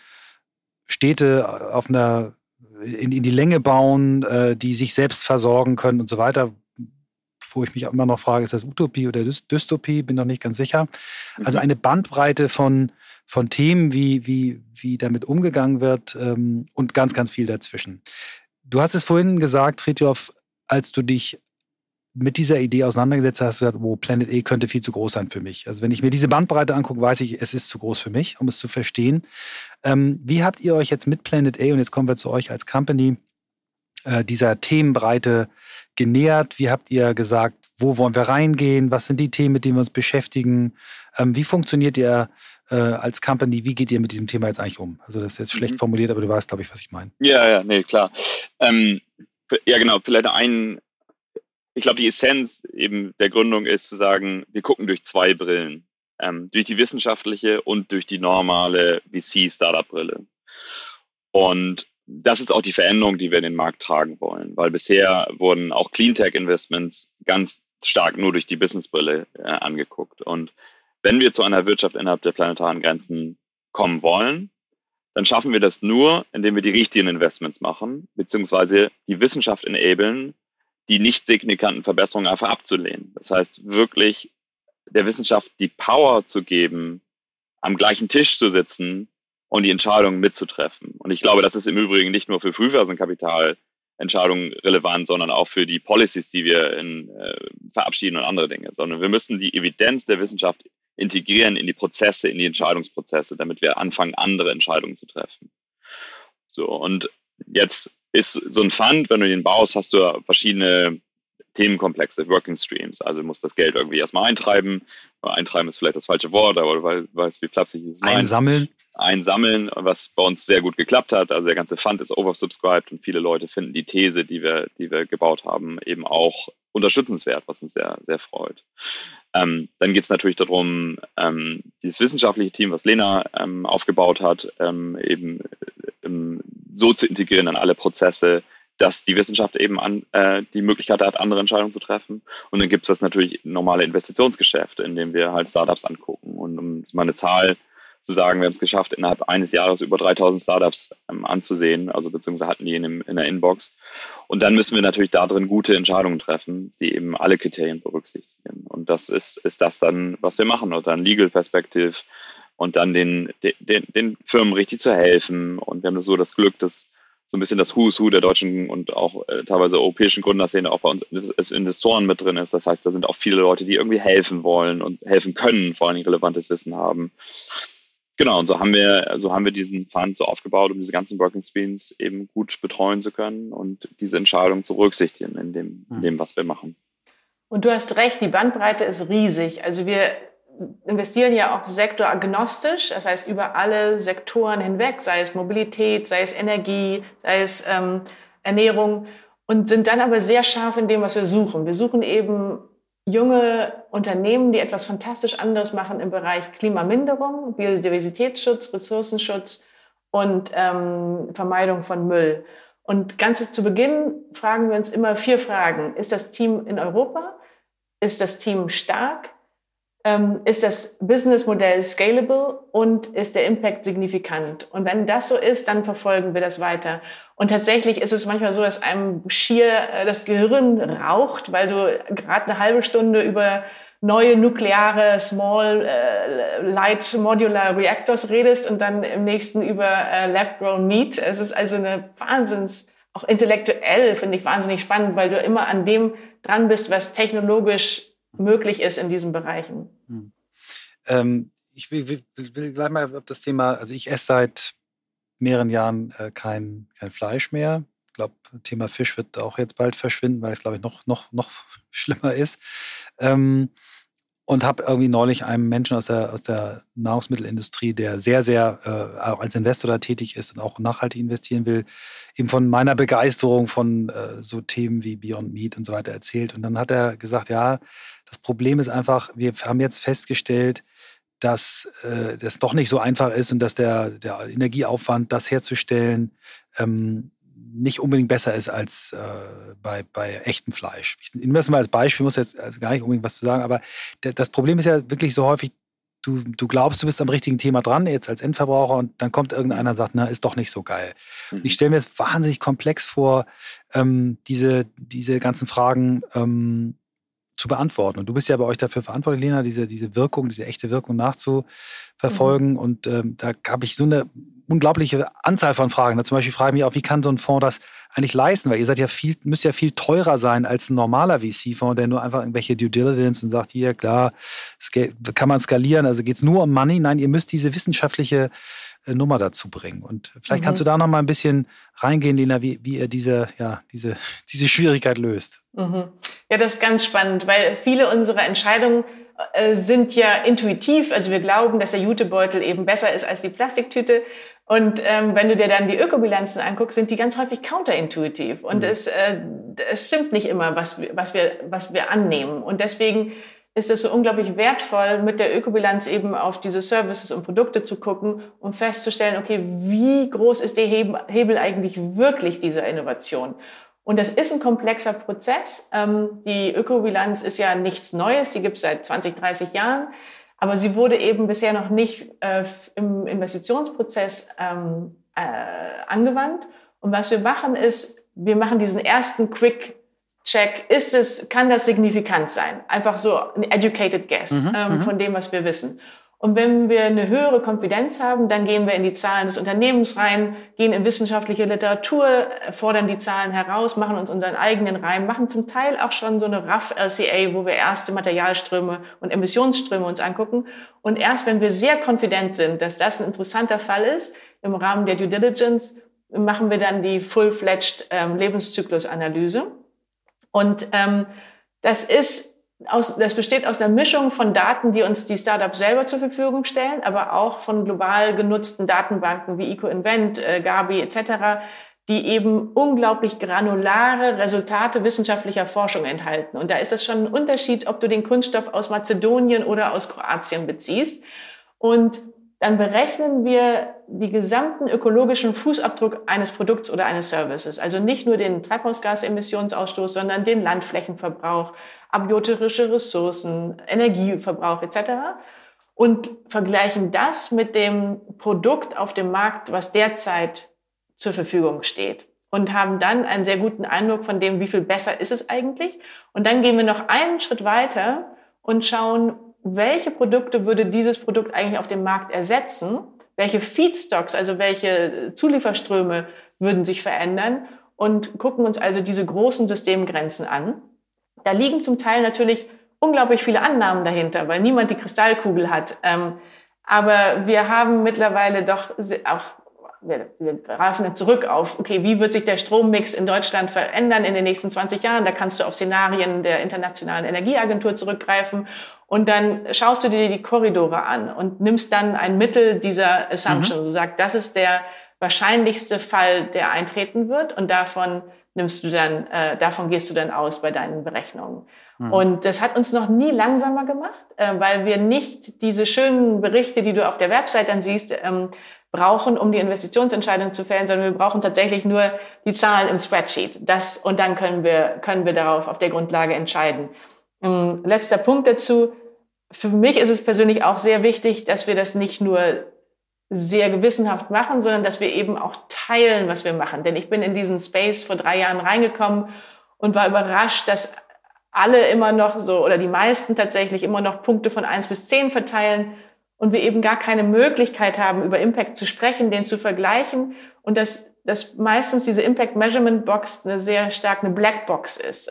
Städte auf einer, in, in die Länge bauen, äh, die sich selbst versorgen können und so weiter. Wo ich mich auch immer noch frage, ist das Utopie oder Dystopie? Bin noch nicht ganz sicher. Also eine Bandbreite von, von Themen, wie, wie, wie damit umgegangen wird ähm, und ganz, ganz viel dazwischen. Du hast es vorhin gesagt, Fridtjof, als du dich mit dieser Idee auseinandergesetzt hast, hast du gesagt, oh, Planet A könnte viel zu groß sein für mich. Also wenn ich mir diese Bandbreite angucke, weiß ich, es ist zu groß für mich, um es zu verstehen. Ähm, wie habt ihr euch jetzt mit Planet A, und jetzt kommen wir zu euch als Company, äh, dieser Themenbreite genähert? Wie habt ihr gesagt, wo wollen wir reingehen? Was sind die Themen, mit denen wir uns beschäftigen? Ähm, wie funktioniert ihr äh, als Company? Wie geht ihr mit diesem Thema jetzt eigentlich um? Also das ist jetzt schlecht mhm. formuliert, aber du weißt, glaube ich, was ich meine. Ja, ja, nee, klar. Ähm, ja, genau, vielleicht ein, ich glaube, die Essenz eben der Gründung ist zu sagen, wir gucken durch zwei Brillen. Ähm, durch die wissenschaftliche und durch die normale V C-Startup-Brille. Und das ist auch die Veränderung, die wir in den Markt tragen wollen, weil bisher wurden auch Cleantech-Investments ganz stark nur durch die Businessbrille äh, angeguckt. Und wenn wir zu einer Wirtschaft innerhalb der planetaren Grenzen kommen wollen, dann schaffen wir das nur, indem wir die richtigen Investments machen, beziehungsweise die Wissenschaft enablen, die nicht signifikanten Verbesserungen einfach abzulehnen. Das heißt, wirklich der Wissenschaft die Power zu geben, am gleichen Tisch zu sitzen und die Entscheidungen mitzutreffen. Und ich glaube, das ist im Übrigen nicht nur für Frühphasenkapitalentscheidungen relevant, sondern auch für die Policies, die wir in, äh, verabschieden und andere Dinge, sondern wir müssen die Evidenz der Wissenschaft integrieren in die Prozesse, in die Entscheidungsprozesse, damit wir anfangen, andere Entscheidungen zu treffen. So, und jetzt ist so ein Fund, wenn du den baust, hast du verschiedene Themenkomplexe, Working Streams. Also du musst das Geld irgendwie erstmal eintreiben. Eintreiben ist vielleicht das falsche Wort, aber weil weißt, wie flapsig ich es meine. Einsammeln. Einsammeln, was bei uns sehr gut geklappt hat. Also der ganze Fund ist oversubscribed und viele Leute finden die These, die wir, die wir gebaut haben, eben auch unterstützenswert, was uns sehr, sehr freut. Ähm, dann geht es natürlich darum, ähm, dieses wissenschaftliche Team, was Lena ähm, aufgebaut hat, ähm, eben ähm, so zu integrieren in alle Prozesse, dass die Wissenschaft eben an, äh, die Möglichkeit hat, andere Entscheidungen zu treffen. Und dann gibt es das natürlich normale Investitionsgeschäft, in dem wir halt Startups angucken. Und um mal eine Zahl zu sagen, wir haben es geschafft, innerhalb eines Jahres über dreitausend Startups ähm, anzusehen, also beziehungsweise hatten die in, dem, in der Inbox. Und dann müssen wir natürlich da drin gute Entscheidungen treffen, die eben alle Kriterien berücksichtigen. Und das ist, ist das dann, was wir machen. Oder dann Legal Perspective und dann den, den, den Firmen richtig zu helfen. Und wir haben so das Glück, dass so ein bisschen das Who's Who der deutschen und auch äh, teilweise europäischen Gründerszene auch bei uns als Investoren mit drin ist. Das heißt, da sind auch viele Leute, die irgendwie helfen wollen und helfen können, vor allem relevantes Wissen haben. Genau, und so haben wir, so haben wir diesen Fund so aufgebaut, um diese ganzen Working Streams eben gut betreuen zu können und diese Entscheidung zu berücksichtigen in dem, in dem, was wir machen. Und du hast recht, die Bandbreite ist riesig. Also wir investieren ja auch sektoragnostisch, das heißt über alle Sektoren hinweg, sei es Mobilität, sei es Energie, sei es ähm, Ernährung und sind dann aber sehr scharf in dem, was wir suchen. Wir suchen eben junge Unternehmen, die etwas fantastisch anderes machen im Bereich Klimaminderung, Biodiversitätsschutz, Ressourcenschutz und ähm, Vermeidung von Müll. Und ganz zu Beginn fragen wir uns immer vier Fragen. Ist das Team in Europa? Ist das Team stark? Ähm, ist das Businessmodell scalable? Und ist der Impact signifikant? Und wenn das so ist, dann verfolgen wir das weiter. Und tatsächlich ist es manchmal so, dass einem schier äh, das Gehirn raucht, weil du gerade eine halbe Stunde über neue nukleare Small äh, Light Modular Reactors redest und dann im nächsten über äh, Lab-Grown Meat. Es ist also eine Wahnsinns, auch intellektuell finde ich wahnsinnig spannend, weil du immer an dem dran bist, was technologisch möglich ist in diesen Bereichen. Hm. Ähm, ich will, will, will gleich mal auf das Thema, also ich esse seit mehreren Jahren äh, kein, kein Fleisch mehr. Ich glaube, das Thema Fisch wird auch jetzt bald verschwinden, weil es, glaube ich, noch, noch, noch schlimmer ist. Ähm, und habe irgendwie neulich einem Menschen aus der, aus der Nahrungsmittelindustrie, der sehr, sehr äh, auch als Investor da tätig ist und auch nachhaltig investieren will, eben von meiner Begeisterung von äh, so Themen wie Beyond Meat und so weiter erzählt. Und dann hat er gesagt, ja, das Problem ist einfach, wir haben jetzt festgestellt, dass äh, das doch nicht so einfach ist und dass der, der Energieaufwand, das herzustellen, ähm, nicht unbedingt besser ist als äh, bei, bei echtem Fleisch. Ich nehme das mal als Beispiel, muss jetzt also gar nicht unbedingt was zu sagen, aber der, das Problem ist ja wirklich so häufig, du, du glaubst, du bist am richtigen Thema dran, jetzt als Endverbraucher, und dann kommt irgendeiner und sagt, na, ist doch nicht so geil. Mhm. Und ich stelle mir es wahnsinnig komplex vor, ähm, diese, diese ganzen Fragen ähm, zu beantworten. Und du bist ja bei euch dafür verantwortlich, Lena, diese, diese Wirkung, diese echte Wirkung nachzuverfolgen. Mhm. Und ähm, da habe ich so eine unglaubliche Anzahl von Fragen. Da zum Beispiel frage ich mich auch, wie kann so ein Fonds das eigentlich leisten? Weil ihr seid ja viel, müsst ja viel teurer sein als ein normaler V C-Fonds, der nur einfach irgendwelche Due Diligence und sagt, hier, klar, kann man skalieren, also geht es nur um Money. Nein, ihr müsst diese wissenschaftliche äh, Nummer dazu bringen. Und vielleicht mhm. kannst du da noch mal ein bisschen reingehen, Lena, wie, wie ihr diese, ja, diese, diese Schwierigkeit löst. Mhm. Ja, das ist ganz spannend, weil viele unserer Entscheidungen äh, sind ja intuitiv. Also wir glauben, dass der Jutebeutel eben besser ist als die Plastiktüte. Und ähm, wenn du dir dann die Ökobilanzen anguckst, sind die ganz häufig counterintuitiv. Und mhm. es, äh, es stimmt nicht immer, was, was, wir, was wir annehmen. Und deswegen ist es so unglaublich wertvoll, mit der Ökobilanz eben auf diese Services und Produkte zu gucken, um festzustellen, okay, wie groß ist der Hebel eigentlich wirklich dieser Innovation? Und das ist ein komplexer Prozess. Ähm, die Ökobilanz ist ja nichts Neues, die gibt es seit zwanzig, dreißig Jahren. Aber sie wurde eben bisher noch nicht äh, im Investitionsprozess ähm, äh, angewandt. Und was wir machen ist, wir machen diesen ersten Quick Check, ist es, kann das signifikant sein? Einfach so ein educated guess Mhm, ähm, mhm. von dem, was wir wissen. Und wenn wir eine höhere Konfidenz haben, dann gehen wir in die Zahlen des Unternehmens rein, gehen in wissenschaftliche Literatur, fordern die Zahlen heraus, machen uns unseren eigenen Reim, machen zum Teil auch schon so eine R A F-L C A, wo wir erste Materialströme und Emissionsströme uns angucken. Und erst wenn wir sehr konfident sind, dass das ein interessanter Fall ist, im Rahmen der Due Diligence, machen wir dann die full-fledged ähm, Lebenszyklusanalyse. Und ähm, das ist aus, das besteht aus einer Mischung von Daten, die uns die Startups selber zur Verfügung stellen, aber auch von global genutzten Datenbanken wie EcoInvent, äh, Gabi et cetera, die eben unglaublich granulare Resultate wissenschaftlicher Forschung enthalten. Und da ist es schon ein Unterschied, ob du den Kunststoff aus Mazedonien oder aus Kroatien beziehst. Und dann berechnen wir die gesamten ökologischen Fußabdruck eines Produkts oder eines Services. Also nicht nur den Treibhausgasemissionsausstoß, sondern den Landflächenverbrauch, abiotische Ressourcen, Energieverbrauch et cetera. Und vergleichen das mit dem Produkt auf dem Markt, was derzeit zur Verfügung steht. Und haben dann einen sehr guten Eindruck von dem, wie viel besser ist es eigentlich. Und dann gehen wir noch einen Schritt weiter und schauen, welche Produkte würde dieses Produkt eigentlich auf dem Markt ersetzen? Welche Feedstocks, also welche Zulieferströme würden sich verändern? Und gucken uns also diese großen Systemgrenzen an. Da liegen zum Teil natürlich unglaublich viele Annahmen dahinter, weil niemand die Kristallkugel hat. Aber wir haben mittlerweile doch auch, wir, wir greifen da zurück auf, okay, wie wird sich der Strommix in Deutschland verändern in den nächsten zwanzig Jahren? Da kannst du auf Szenarien der Internationalen Energieagentur zurückgreifen. Und dann schaust du dir die Korridore an und nimmst dann ein Mittel dieser Assumption. Mhm. Du sagst, das ist der wahrscheinlichste Fall, der eintreten wird. Und davon nimmst du dann, äh, davon gehst du dann aus bei deinen Berechnungen. Mhm. Und das hat uns noch nie langsamer gemacht, äh, weil wir nicht diese schönen Berichte, die du auf der Website dann siehst, ähm, brauchen, um die Investitionsentscheidung zu fällen, sondern wir brauchen tatsächlich nur die Zahlen im Spreadsheet. Das, und dann können wir, können wir darauf auf der Grundlage entscheiden. Ähm, letzter Punkt dazu. Für mich ist es persönlich auch sehr wichtig, dass wir das nicht nur sehr gewissenhaft machen, sondern dass wir eben auch teilen, was wir machen. Denn ich bin in diesen Space vor drei Jahren reingekommen und war überrascht, dass alle immer noch so, oder die meisten tatsächlich immer noch Punkte von eins bis zehn verteilen und wir eben gar keine Möglichkeit haben, über Impact zu sprechen, den zu vergleichen und dass, dass meistens diese Impact Measurement Box eine sehr stark eine Blackbox ist.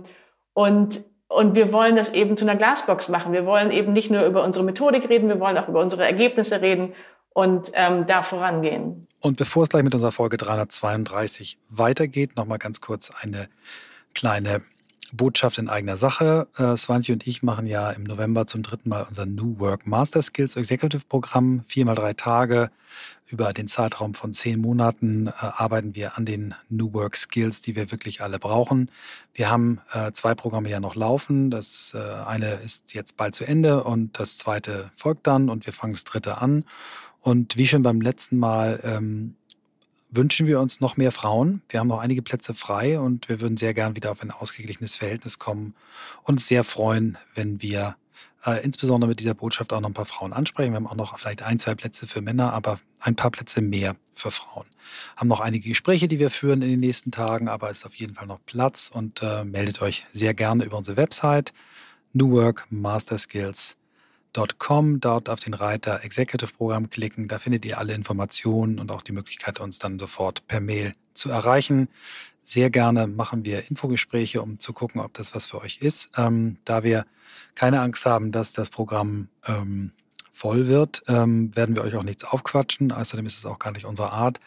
Und Und wir wollen das eben zu einer Glasbox machen. Wir wollen eben nicht nur über unsere Methodik reden, wir wollen auch über unsere Ergebnisse reden und ähm, da vorangehen. Und bevor es gleich mit unserer Folge dreihundertzweiunddreißig weitergeht, nochmal ganz kurz eine kleine Botschaft in eigener Sache. Äh, Swantje und ich machen ja im November zum dritten Mal unser New Work Master Skills Executive Programm. Viermal drei Tage. Über den Zeitraum von zehn Monaten äh, arbeiten wir an den New Work Skills, die wir wirklich alle brauchen. Wir haben äh, zwei Programme ja noch laufen. Das äh, eine ist jetzt bald zu Ende und das zweite folgt dann und wir fangen das dritte an. Und wie schon beim letzten Mal ähm, wünschen wir uns noch mehr Frauen. Wir haben noch einige Plätze frei und wir würden sehr gern wieder auf ein ausgeglichenes Verhältnis kommen und uns sehr freuen, wenn wir äh, insbesondere mit dieser Botschaft auch noch ein paar Frauen ansprechen. Wir haben auch noch vielleicht ein, zwei Plätze für Männer, aber ein paar Plätze mehr für Frauen. Haben noch einige Gespräche, die wir führen in den nächsten Tagen, aber es ist auf jeden Fall noch Platz und äh, meldet euch sehr gerne über unsere Website new work master skills punkt com, dort auf den Reiter Executive Programm klicken. Da findet ihr alle Informationen und auch die Möglichkeit, uns dann sofort per Mail zu erreichen. Sehr gerne machen wir Infogespräche, um zu gucken, ob das was für euch ist. Ähm, da wir keine Angst haben, dass das Programm ähm, voll wird, ähm, werden wir euch auch nichts aufquatschen. Außerdem ist es auch gar nicht unsere Art.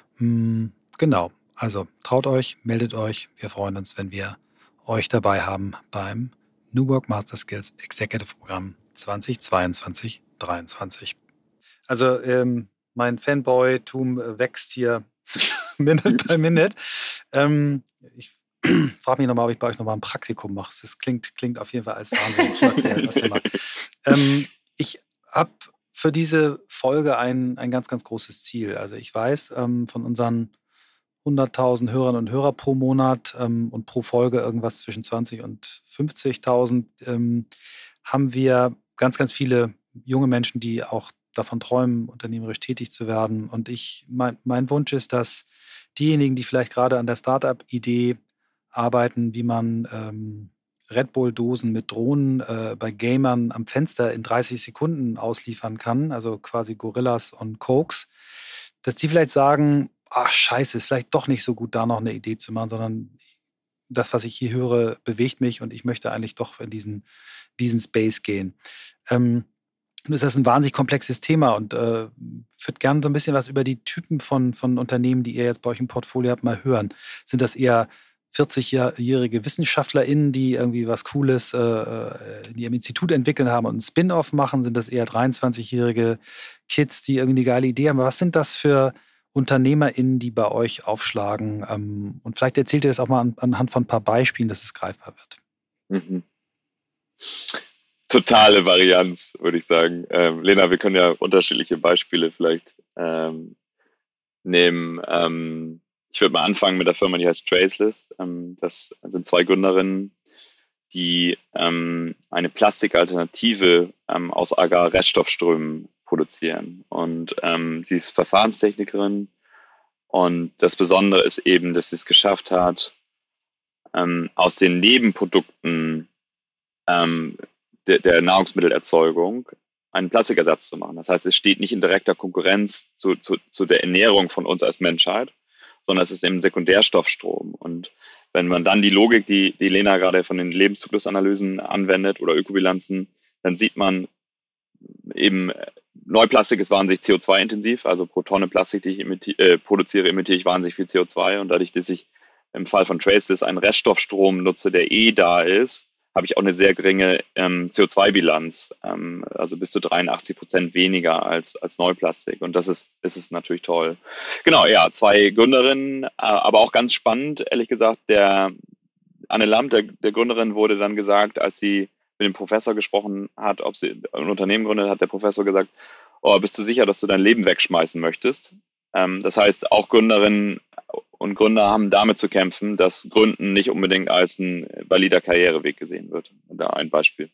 Ähm, genau, also traut euch, meldet euch. Wir freuen uns, wenn wir euch dabei haben beim New Work Master Skills Executive Programm zweitausendzweiundzwanzig dreiundzwanzig. Also ähm, mein Fanboy-Tum wächst hier Minute by Minute. Ähm, ich frage mich nochmal, ob ich bei euch nochmal ein Praktikum mache. Das klingt, klingt auf jeden Fall als wahnsinnig, was ihr, was ihr macht. Ähm, ich habe für diese Folge ein, ein ganz, ganz großes Ziel. Also ich weiß ähm, von unseren hunderttausend Hörerinnen und Hörer pro Monat ähm, und pro Folge irgendwas zwischen zwanzig und fünfzigtausend ähm, haben wir ganz, ganz viele junge Menschen, die auch davon träumen, unternehmerisch tätig zu werden. Und ich, mein, mein Wunsch ist, dass diejenigen, die vielleicht gerade an der Startup-Idee arbeiten, wie man ähm, Red Bull-Dosen mit Drohnen äh, bei Gamern am Fenster in dreißig Sekunden ausliefern kann, also quasi Gorillas und Cokes, dass die vielleicht sagen, ach scheiße, ist vielleicht doch nicht so gut, da noch eine Idee zu machen, sondern das, was ich hier höre, bewegt mich und ich möchte eigentlich doch in diesen, diesen Space gehen. Ähm, das ist ein wahnsinnig komplexes Thema und äh, würde gerne so ein bisschen was über die Typen von, von Unternehmen, die ihr jetzt bei euch im Portfolio habt, mal hören. Sind das eher vierzigjährige WissenschaftlerInnen, die irgendwie was Cooles äh, in ihrem Institut entwickeln haben und einen Spin-off machen? Sind das eher dreiundzwanzigjährige Kids, die irgendwie eine geile Idee haben? Was sind das für UnternehmerInnen, die bei euch aufschlagen? Ähm, und vielleicht erzählt ihr das auch mal an, anhand von ein paar Beispielen, dass es greifbar wird. Mhm. Totale Varianz, würde ich sagen. Ähm, Lena, wir können ja unterschiedliche Beispiele vielleicht ähm, nehmen. Ähm, ich würde mal anfangen mit der Firma, die heißt Traceless. Ähm, das sind zwei Gründerinnen, die ähm, eine Plastikalternative ähm, aus Agar-Reststoffströmen produzieren. Und ähm, sie ist Verfahrenstechnikerin. Und das Besondere ist eben, dass sie es geschafft hat, ähm, aus den Nebenprodukten ähm, der, der Nahrungsmittelerzeugung einen Plastikersatz zu machen. Das heißt, es steht nicht in direkter Konkurrenz zu, zu, zu der Ernährung von uns als Menschheit, sondern es ist eben Sekundärstoffstrom. Und wenn man dann die Logik, die, die Lena gerade von den Lebenszyklusanalysen anwendet oder Ökobilanzen, dann sieht man eben, Neuplastik ist wahnsinnig C O zwei intensiv, also pro Tonne Plastik, die ich emiti- äh, produziere, emitiere ich wahnsinnig viel C O zwei und dadurch, dass ich im Fall von Traceless einen Reststoffstrom nutze, der eh da ist, habe ich auch eine sehr geringe ähm, C O zwei Bilanz, ähm, also bis zu dreiundachtzig Prozent weniger als, als Neuplastik. Und das ist, das ist natürlich toll. Genau, ja, zwei Gründerinnen, äh, aber auch ganz spannend, ehrlich gesagt, der Anne Lamp, der, der Gründerin, wurde dann gesagt, als sie mit dem Professor gesprochen hat, ob sie ein Unternehmen gründet, hat der Professor gesagt, oh, bist du sicher, dass du dein Leben wegschmeißen möchtest? Ähm, das heißt, auch Gründerinnen und Gründer haben damit zu kämpfen, dass Gründen nicht unbedingt als ein valider Karriereweg gesehen wird. Da ein Beispiel.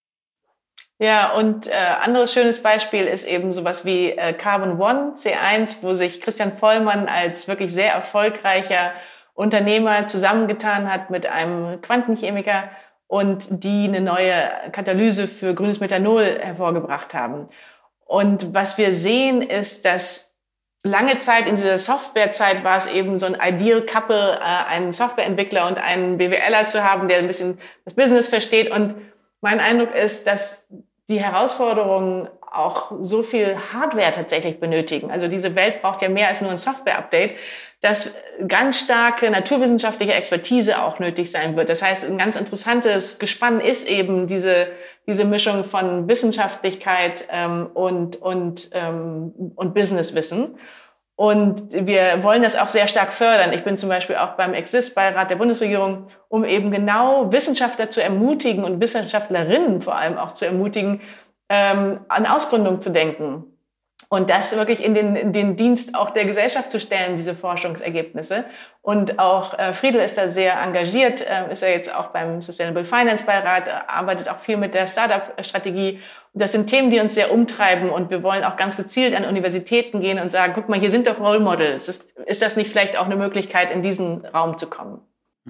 Ja, und äh, anderes schönes Beispiel ist eben sowas wie äh, Carbon One, C eins, wo sich Christian Vollmann als wirklich sehr erfolgreicher Unternehmer zusammengetan hat mit einem Quantenchemiker und die eine neue Katalyse für grünes Methanol hervorgebracht haben. Und was wir sehen, ist, dass lange Zeit in dieser Softwarezeit war es eben so ein Ideal Couple, äh, einen Softwareentwickler und einen BWLer zu haben, der ein bisschen das Business versteht. Und mein Eindruck ist, dass die Herausforderungen auch so viel Hardware tatsächlich benötigen. Also diese Welt braucht ja mehr als nur ein Software-Update, dass ganz starke naturwissenschaftliche Expertise auch nötig sein wird. Das heißt, ein ganz interessantes Gespann ist eben diese diese Mischung von Wissenschaftlichkeit ähm, und und ähm, und Businesswissen. Und wir wollen das auch sehr stark fördern. Ich bin zum Beispiel auch beim Exist-Beirat der Bundesregierung, um eben genau Wissenschaftler zu ermutigen und Wissenschaftlerinnen vor allem auch zu ermutigen, ähm, an Ausgründung zu denken. Und das wirklich in den, in den Dienst auch der Gesellschaft zu stellen, diese Forschungsergebnisse. Und auch äh, Friedel ist da sehr engagiert, äh, ist ja jetzt auch beim Sustainable Finance Beirat, äh, arbeitet auch viel mit der Startup-Strategie. Und das sind Themen, die uns sehr umtreiben. Und wir wollen auch ganz gezielt an Universitäten gehen und sagen, guck mal, hier sind doch Role Models. Ist, ist das nicht vielleicht auch eine Möglichkeit, in diesen Raum zu kommen?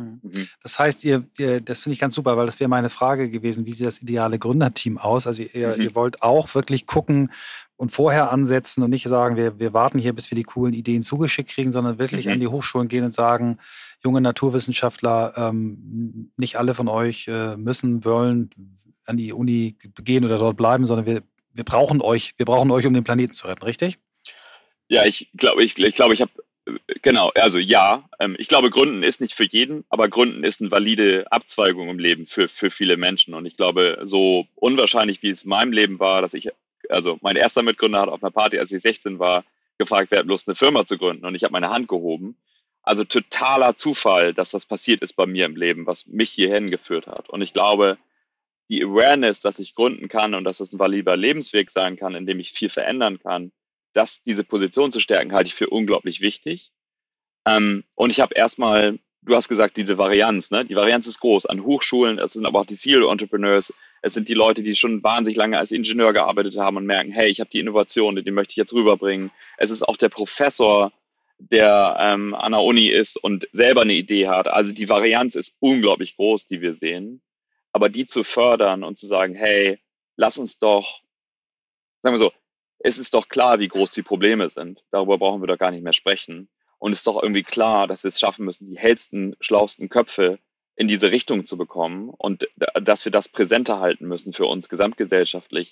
Das heißt, ihr, ihr das finde ich ganz super, weil das wäre meine Frage gewesen, wie sieht das ideale Gründerteam aus? Also ihr, mhm. ihr wollt auch wirklich gucken und vorher ansetzen und nicht sagen, wir, wir warten hier, bis wir die coolen Ideen zugeschickt kriegen, sondern wirklich mhm. an die Hochschulen gehen und sagen, junge Naturwissenschaftler, ähm, nicht alle von euch äh, müssen, wollen an die Uni gehen oder dort bleiben, sondern wir, wir brauchen euch, wir brauchen euch, um den Planeten zu retten, richtig? Ja, ich glaube, ich, ich, glaube, ich habe Genau, also ja, ähm, ich glaube, Gründen ist nicht für jeden, aber Gründen ist eine valide Abzweigung im Leben für, für viele Menschen. Und ich glaube, so unwahrscheinlich, wie es in meinem Leben war, dass ich, also mein erster Mitgründer hat auf einer Party, als ich sechzehn war, gefragt, wer hat Lust, eine Firma zu gründen? Und ich habe meine Hand gehoben. Also totaler Zufall, dass das passiert ist bei mir im Leben, was mich hierhin geführt hat. Und ich glaube, die Awareness, dass ich gründen kann und dass es ein valider Lebensweg sein kann, in dem ich viel verändern kann, das, diese Position zu stärken, halte ich für unglaublich wichtig. Ähm, und ich habe erstmal, du hast gesagt, diese Varianz, ne? Die Varianz ist groß an Hochschulen, es sind aber auch die Serial Entrepreneurs, es sind die Leute, die schon wahnsinnig lange als Ingenieur gearbeitet haben und merken, hey, ich habe die Innovation, die möchte ich jetzt rüberbringen. Es ist auch der Professor, der ähm, an der Uni ist und selber eine Idee hat. Also die Varianz ist unglaublich groß, die wir sehen. Aber die zu fördern und zu sagen, hey, lass uns doch, sagen wir so, es ist doch klar, wie groß die Probleme sind. Darüber brauchen wir doch gar nicht mehr sprechen. Und es ist doch irgendwie klar, dass wir es schaffen müssen, die hellsten, schlausten Köpfe in diese Richtung zu bekommen und dass wir das präsenter halten müssen für uns gesamtgesellschaftlich,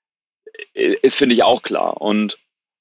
ist, finde ich, auch klar. Und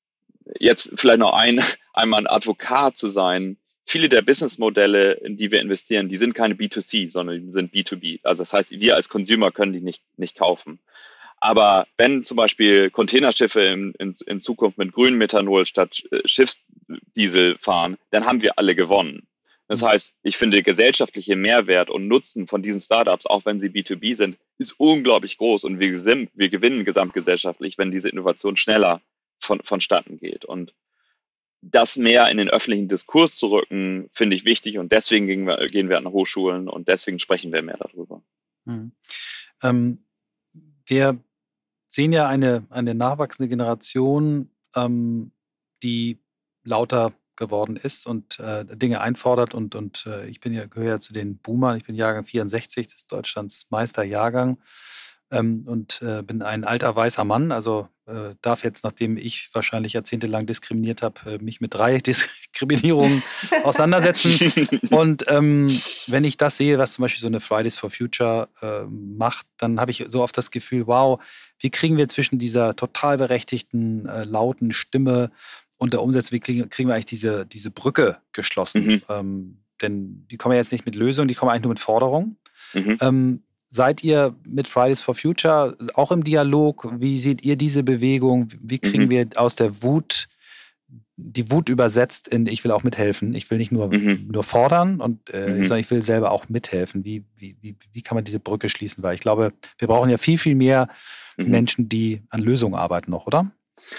jetzt vielleicht noch ein, einmal ein Advokat zu sein. Viele der Businessmodelle, in die wir investieren, die sind keine B zwei C, sondern die sind B zwei B. Also das heißt, wir als Consumer können die nicht, nicht kaufen. Aber wenn zum Beispiel Containerschiffe in, in, in Zukunft mit grünem Methanol statt Schiffsdiesel fahren, dann haben wir alle gewonnen. Das heißt, ich finde, gesellschaftliche Mehrwert und Nutzen von diesen Startups, auch wenn sie B zwei B sind, ist unglaublich groß und wir, wir gewinnen gesamtgesellschaftlich, wenn diese Innovation schneller von, vonstatten geht. Und das mehr in den öffentlichen Diskurs zu rücken, finde ich wichtig und deswegen gehen wir, gehen wir an Hochschulen und deswegen sprechen wir mehr darüber. Mhm. Ähm, wir sehen ja eine, eine nachwachsende Generation, ähm, die lauter geworden ist und äh, Dinge einfordert und, und äh, ich bin ja, gehöre ja zu den Boomern, ich bin Jahrgang vierundsechzig, das ist Deutschlands Meisterjahrgang ähm, und äh, bin ein alter weißer Mann, also äh, darf jetzt, nachdem ich wahrscheinlich jahrzehntelang diskriminiert habe, äh, mich mit drei Diskriminierungen auseinandersetzen und ähm, wenn ich das sehe, was zum Beispiel so eine Fridays for Future äh, macht, dann habe ich so oft das Gefühl, wow, wie kriegen wir zwischen dieser total berechtigten, äh, lauten Stimme und der Umsetzung, wie kriegen, kriegen wir eigentlich diese, diese Brücke geschlossen? Mhm. Ähm, denn die kommen ja jetzt nicht mit Lösungen, die kommen eigentlich nur mit Forderungen. Mhm. Ähm, seid ihr mit Fridays for Future auch im Dialog? Wie seht ihr diese Bewegung? Wie kriegen mhm. wir aus der Wut, die Wut übersetzt in, ich will auch mithelfen, ich will nicht nur, mhm. nur fordern, und, äh, mhm. sondern ich will selber auch mithelfen. Wie, wie, wie, wie kann man diese Brücke schließen? Weil ich glaube, wir brauchen ja viel, viel mehr mhm. Menschen, die an Lösungen arbeiten noch, oder?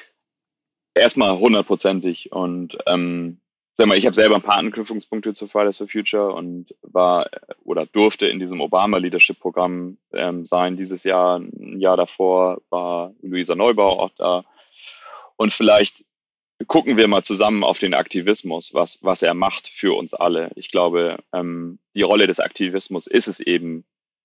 Erstmal hundertprozentig. Und ähm, sag mal, ich habe selber ein paar Anknüpfungspunkte zu Fridays for Future und war oder durfte in diesem Obama-Leadership-Programm ähm, sein dieses Jahr. Ein Jahr davor war Luisa Neubauer auch da. Und vielleicht gucken wir mal zusammen auf den Aktivismus, was, was er macht für uns alle. Ich glaube, ähm, die Rolle des Aktivismus ist es eben,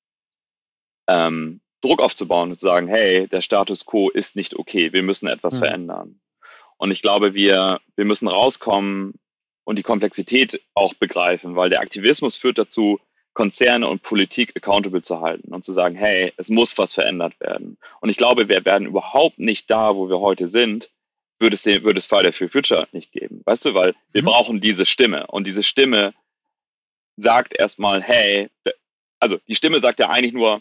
ähm, Druck aufzubauen und zu sagen, hey, der Status quo ist nicht okay, wir müssen etwas mhm. verändern. Und ich glaube, wir, wir müssen rauskommen und die Komplexität auch begreifen, weil der Aktivismus führt dazu, Konzerne und Politik accountable zu halten und zu sagen, hey, es muss was verändert werden. Und ich glaube, wir werden überhaupt nicht da, wo wir heute sind, würde es, würde es Fridays for Future nicht geben. Weißt du, weil wir mhm. brauchen diese Stimme. Und diese Stimme sagt erstmal, hey, also die Stimme sagt ja eigentlich nur,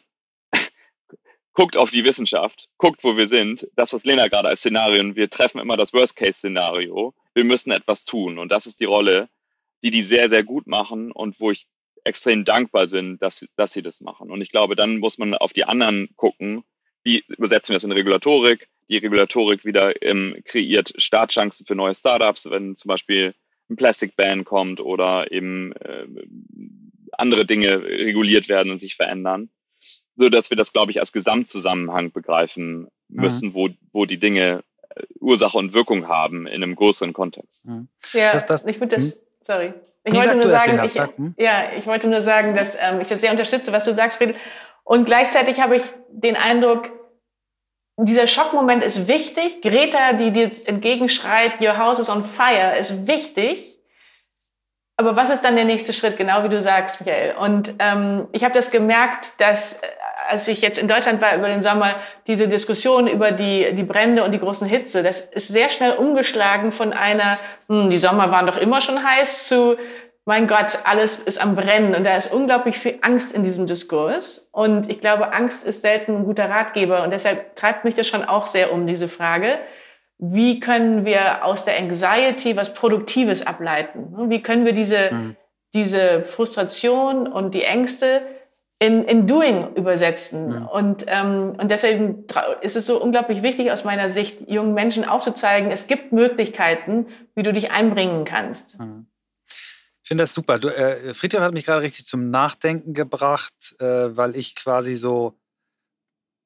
guckt auf die Wissenschaft, guckt, wo wir sind. Das, was Lena gerade als Szenario, wir treffen immer das Worst-Case-Szenario. Wir müssen etwas tun. Und das ist die Rolle, die die sehr, sehr gut machen und wo ich extrem dankbar bin, dass, dass sie das machen. Und ich glaube, dann muss man auf die anderen gucken. Wie übersetzen wir das in Regulatorik? Die Regulatorik wieder ähm, kreiert Startchancen für neue Startups, wenn zum Beispiel ein Plastic Ban kommt oder eben äh, andere Dinge reguliert werden und sich verändern. So dass wir das, glaube ich, als Gesamtzusammenhang begreifen müssen, mhm. wo, wo die Dinge Ursache und Wirkung haben in einem größeren Kontext. Mhm. Ja, das, das, ich würde das, hm? sorry. Ich nee, wollte nur sagen, ich, hm? ja, ich wollte nur sagen, dass ähm, ich das sehr unterstütze, was du sagst, Friedel. Und gleichzeitig habe ich den Eindruck, dieser Schockmoment ist wichtig. Greta, die dir entgegenschreit, your house is on fire, ist wichtig. Aber was ist dann der nächste Schritt, genau wie du sagst, Michael? Und ähm, ich habe das gemerkt, dass, als ich jetzt in Deutschland war über den Sommer, diese Diskussion über die, die Brände und die großen Hitze, das ist sehr schnell umgeschlagen von einer, hm, die Sommer waren doch immer schon heiß, zu, mein Gott, alles ist am Brennen. Und da ist unglaublich viel Angst in diesem Diskurs. Und ich glaube, Angst ist selten ein guter Ratgeber. Und deshalb treibt mich das schon auch sehr um, diese Frage. Wie können wir aus der Anxiety was Produktives ableiten? Wie können wir diese, mhm. diese Frustration und die Ängste in, in Doing übersetzen? Mhm. Und, ähm, und deswegen ist es so unglaublich wichtig, aus meiner Sicht, jungen Menschen aufzuzeigen, es gibt Möglichkeiten, wie du dich einbringen kannst. Mhm. Ich finde das super. Du, äh, Friedhelm hat mich gerade richtig zum Nachdenken gebracht, äh, weil ich quasi so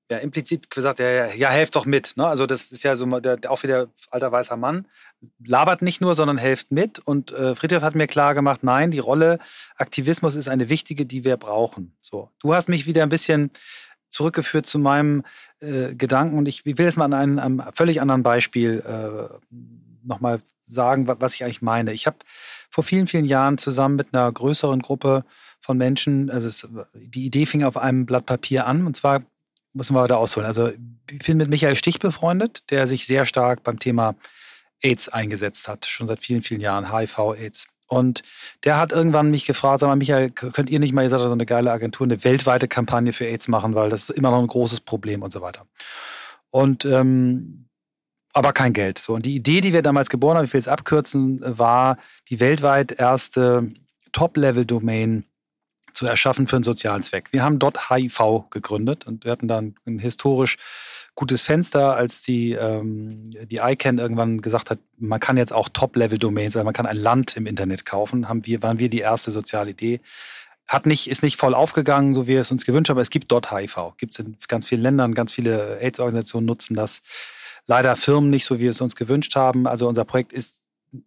ja implizit gesagt, ja, ja, ja, helft doch mit. Ne? Also das ist ja so der, der, auch wieder alter weißer Mann. Labert nicht nur, sondern helft mit. Und äh, Fritjof hat mir klar gemacht, nein, die Rolle Aktivismus ist eine wichtige, die wir brauchen. So, du hast mich wieder ein bisschen zurückgeführt zu meinem äh, Gedanken. Und ich will jetzt mal an einem, einem völlig anderen Beispiel äh, nochmal sagen, was ich eigentlich meine. Ich habe vor vielen, vielen Jahren zusammen mit einer größeren Gruppe von Menschen, also es, die Idee fing auf einem Blatt Papier an. Und zwar müssen wir weiter ausholen. Also ich bin mit Michael Stich befreundet, der sich sehr stark beim Thema AIDS eingesetzt hat, schon seit vielen, vielen Jahren, H I V, AIDS. Und der hat irgendwann mich gefragt, sag mal, Michael, könnt ihr nicht mal, ihr seid so eine geile Agentur, eine weltweite Kampagne für AIDS machen, weil das ist immer noch ein großes Problem und so weiter. Und ähm, aber kein Geld. So. Und die Idee, die wir damals geboren haben, ich will es abkürzen, war die weltweit erste Top-Level-Domain zu erschaffen für einen sozialen Zweck. Wir haben dort H I V gegründet und wir hatten dann ein historisch gutes Fenster, als die, ähm, die I C A N irgendwann gesagt hat, man kann jetzt auch Top-Level-Domains, also man kann ein Land im Internet kaufen, haben wir, waren wir die erste soziale Idee. Hat nicht, ist nicht voll aufgegangen, so wie wir es uns gewünscht haben, aber es gibt dort H I V. Gibt es in ganz vielen Ländern, ganz viele AIDS-Organisationen nutzen das. Leider Firmen nicht, so wie wir es uns gewünscht haben. Also unser Projekt ist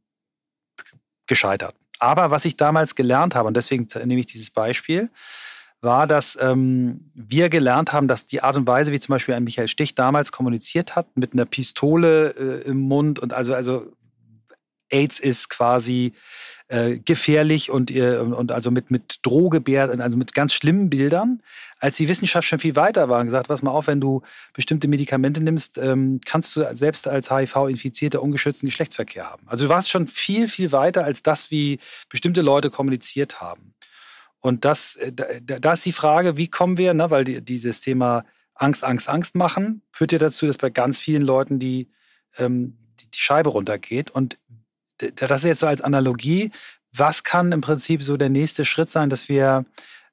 gescheitert. Aber was ich damals gelernt habe, und deswegen nehme ich dieses Beispiel, war, dass ähm, wir gelernt haben, dass die Art und Weise, wie zum Beispiel ein Michael Stich damals kommuniziert hat, mit einer Pistole äh, im Mund und also, also AIDS ist quasi äh, gefährlich und, äh, und also mit, mit Drohgebärden, also mit ganz schlimmen Bildern, als die Wissenschaft schon viel weiter war und gesagt, pass mal auf, wenn du bestimmte Medikamente nimmst, ähm, kannst du selbst als H I V-Infizierter ungeschützten Geschlechtsverkehr haben. Also du warst schon viel, viel weiter als das, wie bestimmte Leute kommuniziert haben. Und das, da, da ist die Frage, wie kommen wir, ne, weil die, dieses Thema Angst, Angst, Angst machen, führt ja dazu, dass bei ganz vielen Leuten die, ähm, die, die Scheibe runtergeht. Und das ist jetzt so als Analogie, was kann im Prinzip so der nächste Schritt sein, dass wir,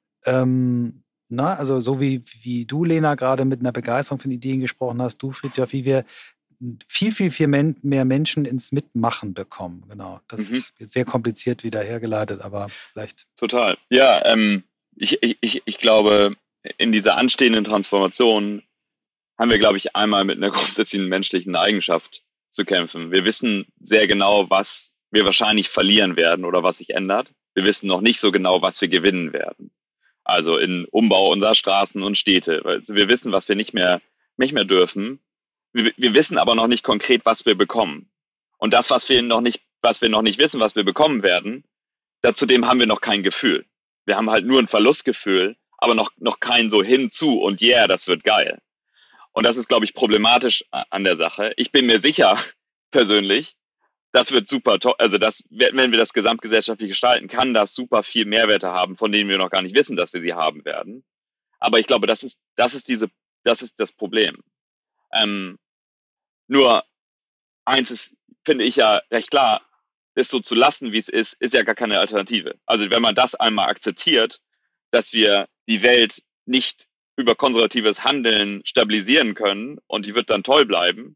ähm, na, also so wie, wie du, Lena, gerade mit einer Begeisterung von Ideen gesprochen hast, du, Fritjof, wie wir viel, viel, viel mehr Menschen ins Mitmachen bekommen. Genau. Das mhm. ist sehr kompliziert wieder hergeleitet, aber vielleicht. Total. Ja, ähm, ich, ich, ich glaube, in dieser anstehenden Transformation haben wir, glaube ich, einmal mit einer grundsätzlichen menschlichen Eigenschaft zu kämpfen. Wir wissen sehr genau, was wir wahrscheinlich verlieren werden oder was sich ändert. Wir wissen noch nicht so genau, was wir gewinnen werden. Also in Umbau unserer Straßen und Städte. Also wir wissen, was wir nicht mehr, nicht mehr dürfen. Wir, wir wissen aber noch nicht konkret, was wir bekommen. Und das, was wir noch nicht, was wir noch nicht wissen, was wir bekommen werden, dazu dem haben wir noch kein Gefühl. Wir haben halt nur ein Verlustgefühl, aber noch, noch kein so hinzu und yeah, das wird geil. Und das ist, glaube ich, problematisch an der Sache. Ich bin mir sicher, persönlich, das wird super toll. Also das, wenn wir das gesamtgesellschaftlich gestalten, kann das super viel Mehrwerte haben, von denen wir noch gar nicht wissen, dass wir sie haben werden. Aber ich glaube, das ist, das ist diese, das ist das Problem. Ähm, nur eins ist, finde ich ja recht klar, es so zu lassen, wie es ist, ist ja gar keine Alternative. Also wenn man das einmal akzeptiert, dass wir die Welt nicht über konservatives Handeln stabilisieren können und die wird dann toll bleiben,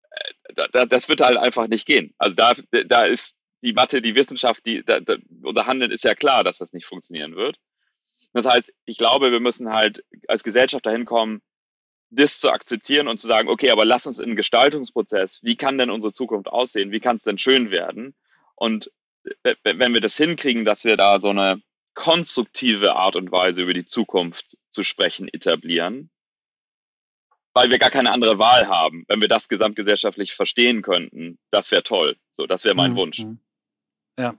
da, das wird halt einfach nicht gehen. Also da, da ist die Mathe, die Wissenschaft, die, da, da, unser Handeln ist ja klar, dass das nicht funktionieren wird. Das heißt, ich glaube, wir müssen halt als Gesellschaft dahin kommen, das zu akzeptieren und zu sagen, okay, aber lass uns in einen Gestaltungsprozess, wie kann denn unsere Zukunft aussehen, wie kann es denn schön werden? Und wenn wir das hinkriegen, dass wir da so eine konstruktive Art und Weise über die Zukunft zu sprechen etablieren, weil wir gar keine andere Wahl haben, wenn wir das gesamtgesellschaftlich verstehen könnten, das wäre toll. So, das wäre mein mhm. Wunsch. Ja.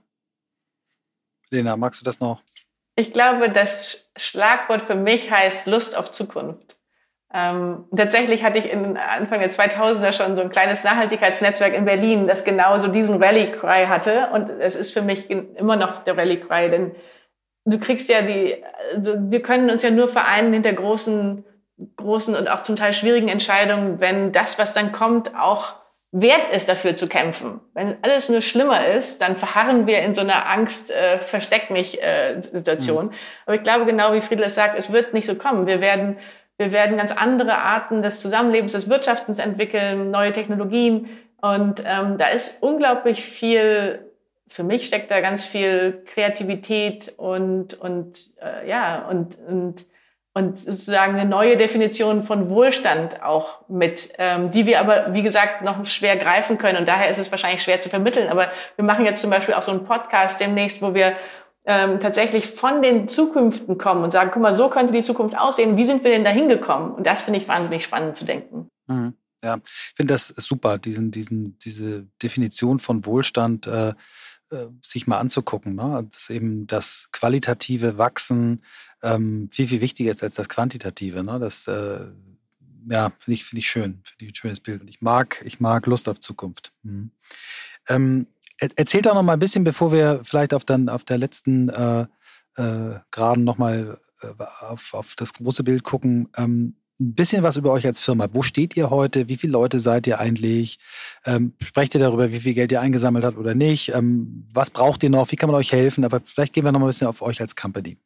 Lena, magst du das noch? Ich glaube, das Schlagwort für mich heißt Lust auf Zukunft. Ähm, tatsächlich hatte ich in Anfang der zweitausender schon so ein kleines Nachhaltigkeitsnetzwerk in Berlin, das genau so diesen Rally-Cry hatte. Und es ist für mich immer noch der Rally-Cry, denn du kriegst ja die, wir können uns ja nur vereinen hinter großen, großen und auch zum Teil schwierigen Entscheidungen, wenn das, was dann kommt, auch wert ist, dafür zu kämpfen. Wenn alles nur schlimmer ist, dann verharren wir in so einer Angst, äh, versteck mich äh, Situation. Mhm. Aber ich glaube, genau wie Friedel es sagt, es wird nicht so kommen. Wir werden Wir werden ganz andere Arten des Zusammenlebens, des Wirtschaftens entwickeln, neue Technologien. Und ähm, da ist unglaublich viel, für mich steckt da ganz viel Kreativität und, und äh, ja, und, und und sozusagen eine neue Definition von Wohlstand auch mit, ähm, die wir aber, wie gesagt, noch schwer greifen können. Und daher ist es wahrscheinlich schwer zu vermitteln. Aber wir machen jetzt zum Beispiel auch so einen Podcast demnächst, wo wir ähm, tatsächlich von den Zukünften kommen und sagen, guck mal, so könnte die Zukunft aussehen. Wie sind wir denn da hingekommen? Und das finde ich wahnsinnig spannend zu denken. Mhm. Ja, ich finde das super, diesen, diesen, diese Definition von Wohlstand äh, äh, sich mal anzugucken. Ne? Dass eben das qualitative Wachsen ähm, viel, viel wichtiger ist als das quantitative. Ne? Das äh, ja, finde ich, finde ich schön, finde ich ein schönes Bild. Und ich mag, ich mag Lust auf Zukunft. Mhm. Ähm, erzählt doch noch mal ein bisschen, bevor wir vielleicht auf, dann, auf der letzten äh, äh, Geraden noch mal äh, auf, auf das große Bild gucken. Ähm, Ein bisschen was über euch als Firma. Wo steht ihr heute? Wie viele Leute seid ihr eigentlich? Ähm, sprecht ihr darüber, wie viel Geld ihr eingesammelt habt oder nicht? Ähm, was braucht ihr noch? Wie kann man euch helfen? Aber vielleicht gehen wir noch mal ein bisschen auf euch als Company.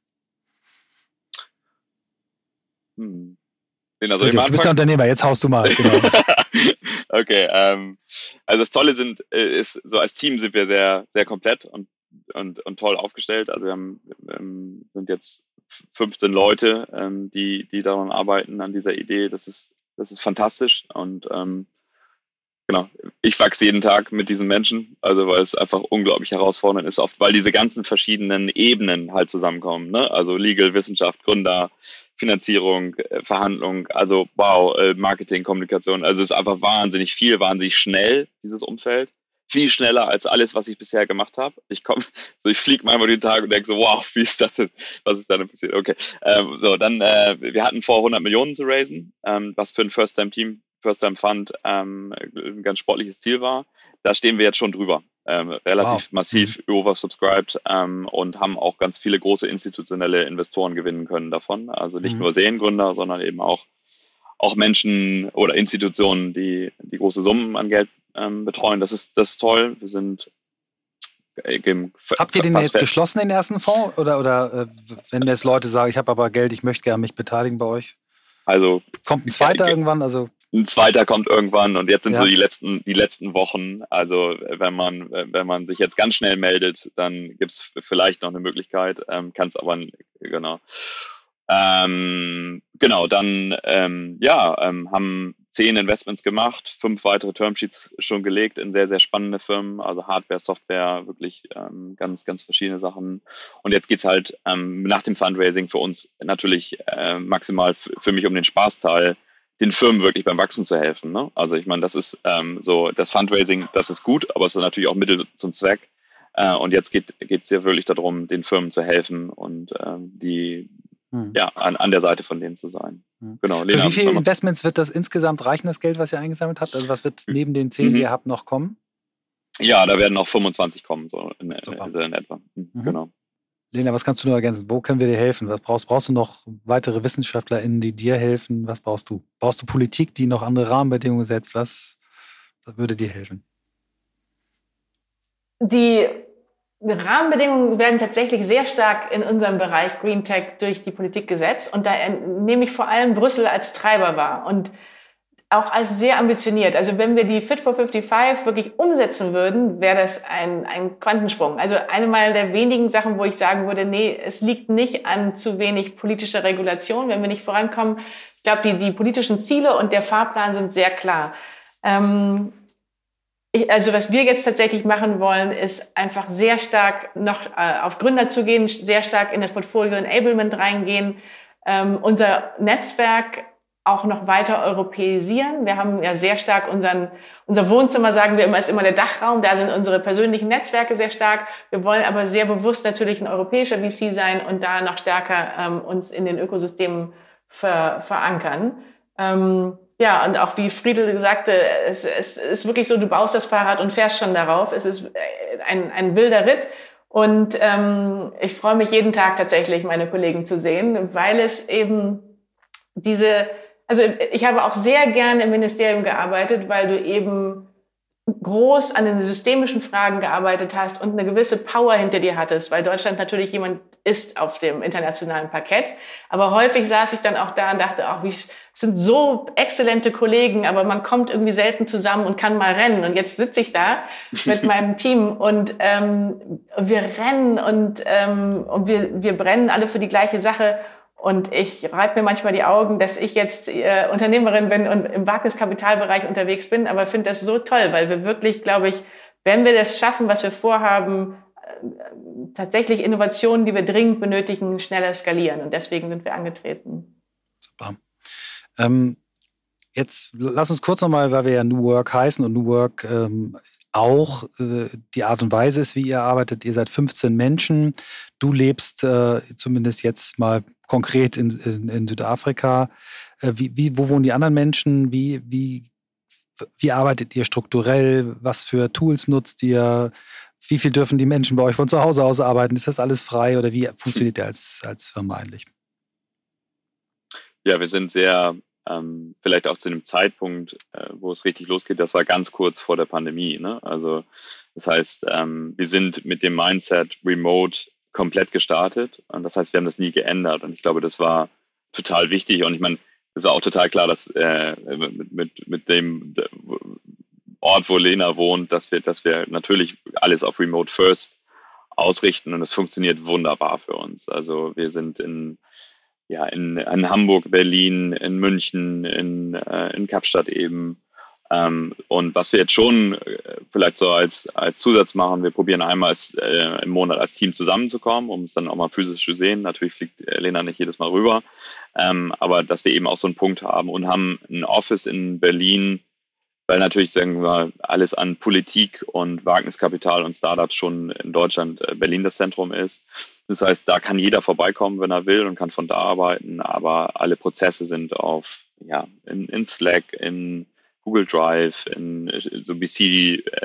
Hm. Also so, du bist der Unternehmer, jetzt haust du mal. Genau. Okay, ähm, also das Tolle sind, ist, so als Team sind wir sehr, sehr komplett und, und, und toll aufgestellt. Also wir haben, ähm, sind jetzt fünfzehn Leute, ähm, die, die daran arbeiten, an dieser Idee. Das ist, das ist fantastisch. Und ähm, genau, ich wachse jeden Tag mit diesen Menschen, also weil es einfach unglaublich herausfordernd ist, oft, weil diese ganzen verschiedenen Ebenen halt zusammenkommen. Ne? Also Legal, Wissenschaft, Gründer, Finanzierung, Verhandlung, also wow, Marketing, Kommunikation. Also es ist einfach wahnsinnig viel, wahnsinnig schnell, dieses Umfeld. Viel schneller als alles, was ich bisher gemacht habe. Ich komme, so ich fliege manchmal den Tag und denke so, wow, wie ist das denn? Was ist da denn passiert? Okay, ähm, so dann, äh, wir hatten vor, hundert Millionen zu raisen, ähm, was für ein First-Time-Team, First-Time-Fund ähm, ein ganz sportliches Ziel war. Da stehen wir jetzt schon drüber. Ähm, relativ wow. massiv mhm. oversubscribed ähm, und haben auch ganz viele große institutionelle Investoren gewinnen können davon. Also nicht mhm. nur Seriengründer, sondern eben auch, auch Menschen oder Institutionen, die, die große Summen an Geld ähm, betreuen. Das ist, das ist toll. Wir sind äh, Habt ihr den jetzt fest. geschlossen, den ersten Fonds? Oder, oder äh, wenn jetzt Leute sagen, ich habe aber Geld, ich möchte gerne mich beteiligen bei euch? Also kommt ein zweiter ja, irgendwann? Also ein zweiter kommt irgendwann und jetzt sind ja. so die letzten, die letzten Wochen. Also wenn man, wenn man sich jetzt ganz schnell meldet, dann gibt es vielleicht noch eine Möglichkeit, ähm, kann es aber genau. Ähm, genau, dann ähm, ja, ähm, haben zehn Investments gemacht, fünf weitere Termsheets schon gelegt in sehr, sehr spannende Firmen, also Hardware, Software, wirklich ähm, ganz, ganz verschiedene Sachen. Und jetzt geht's halt ähm, nach dem Fundraising für uns natürlich äh, maximal f- für mich um den Spaßteil, den Firmen wirklich beim Wachsen zu helfen. Ne? Also ich meine, das ist ähm, so, das Fundraising, das ist gut, aber es ist natürlich auch Mittel zum Zweck. Äh, und jetzt geht es ja wirklich darum, den Firmen zu helfen und ähm, die hm. ja an, an der Seite von denen zu sein. Hm. Genau. Lena, für wie viele Investments wird das insgesamt reichen, das Geld, was ihr eingesammelt habt? Also was wird neben den zehn, mhm. die ihr habt, noch kommen? Ja, da werden noch fünfundzwanzig kommen, so in, in, in etwa. Mhm. Genau. Lena, was kannst du noch ergänzen? Wo können wir dir helfen? Was brauchst, brauchst du noch weitere WissenschaftlerInnen, die dir helfen? Was brauchst du? Brauchst du Politik, die noch andere Rahmenbedingungen setzt? Was, was würde dir helfen? Die Rahmenbedingungen werden tatsächlich sehr stark in unserem Bereich Green Tech durch die Politik gesetzt. Und da nehme ich vor allem Brüssel als Treiber wahr und auch als sehr ambitioniert. Also wenn wir die Fit for fünfundfünfzig wirklich umsetzen würden, wäre das ein, ein Quantensprung. Also eine mal der wenigen Sachen, wo ich sagen würde, nee, es liegt nicht an zu wenig politischer Regulation, wenn wir nicht vorankommen. Ich glaube, die, die politischen Ziele und der Fahrplan sind sehr klar. Ähm, ich, also was wir jetzt tatsächlich machen wollen, ist einfach sehr stark noch äh, auf Gründer zu gehen, sehr stark in das Portfolio Enablement reingehen, ähm, unser Netzwerk auch noch weiter europäisieren. Wir haben ja sehr stark unseren, unser Wohnzimmer, sagen wir immer, ist immer der Dachraum. Da sind unsere persönlichen Netzwerke sehr stark. Wir wollen aber sehr bewusst natürlich ein europäischer V C sein und da noch stärker ähm, uns in den Ökosystemen ver, verankern. Ähm, ja, und auch wie Friedel sagte, es, es ist wirklich so, du baust das Fahrrad und fährst schon darauf. Es ist ein, ein wilder Ritt. Und ähm, ich freue mich jeden Tag tatsächlich, meine Kollegen zu sehen, weil es eben diese Also ich habe auch sehr gerne im Ministerium gearbeitet, weil du eben groß an den systemischen Fragen gearbeitet hast und eine gewisse Power hinter dir hattest, weil Deutschland natürlich jemand ist auf dem internationalen Parkett. Aber häufig saß ich dann auch da und dachte, auch, wie sind so exzellente Kollegen, aber man kommt irgendwie selten zusammen und kann mal rennen. Und jetzt sitze ich da mit meinem Team und ähm, wir rennen und, ähm, und wir, wir brennen alle für die gleiche Sache. Und ich reibe mir manchmal die Augen, dass ich jetzt äh, Unternehmerin bin und im Wagniskapitalbereich unterwegs bin, aber finde das so toll, weil wir wirklich, glaube ich, wenn wir das schaffen, was wir vorhaben, äh, tatsächlich Innovationen, die wir dringend benötigen, schneller skalieren. Und deswegen sind wir angetreten. Super. Ähm, jetzt lass uns kurz nochmal, weil wir ja New Work heißen und New Work ähm, auch äh, die Art und Weise ist, wie ihr arbeitet. Ihr seid fünfzehn Menschen. Du lebst äh, zumindest jetzt mal konkret in, in, in Südafrika. Äh, wie, wie, wo wohnen die anderen Menschen? Wie, wie, wie arbeitet ihr strukturell? Was für Tools nutzt ihr? Wie viel dürfen die Menschen bei euch von zu Hause aus arbeiten? Ist das alles frei oder wie funktioniert ihr als, als Firma eigentlich? Ja, wir sind sehr, ähm, vielleicht auch zu dem Zeitpunkt, äh, wo es richtig losgeht, das war ganz kurz vor der Pandemie. Ne? Also das heißt, ähm, wir sind mit dem Mindset Remote komplett gestartet und das heißt, wir haben das nie geändert und ich glaube, das war total wichtig und ich meine, es war auch total klar, dass äh, mit, mit, mit dem Ort, wo Lena wohnt, dass wir, dass wir natürlich alles auf Remote First ausrichten und es funktioniert wunderbar für uns. Also wir sind in Ja, in, in Hamburg, Berlin, in München, in, äh, in Kapstadt eben. Ähm, und was wir jetzt schon äh, vielleicht so als, als Zusatz machen, wir probieren einmal als, äh, im Monat als Team zusammenzukommen, um es dann auch mal physisch zu sehen. Natürlich fliegt Lena nicht jedes Mal rüber, ähm, aber dass wir eben auch so einen Punkt haben und haben ein Office in Berlin, weil natürlich, sagen wir, alles an Politik und Wagniskapital und Startups schon in Deutschland äh, Berlin das Zentrum ist. Das heißt, da kann jeder vorbeikommen, wenn er will und kann von da arbeiten, aber alle Prozesse sind auf, ja, in, in Slack, in Google Drive, in so B C-Tools,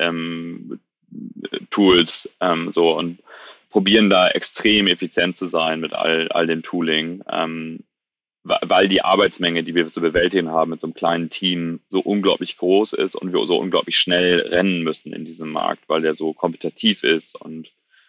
ähm, so und probieren da extrem effizient zu sein mit all, all dem Tooling, ähm, weil die Arbeitsmenge, die wir zu bewältigen haben mit so einem kleinen Team, so unglaublich groß ist und wir so unglaublich schnell rennen müssen in diesem Markt, weil der so kompetitiv ist und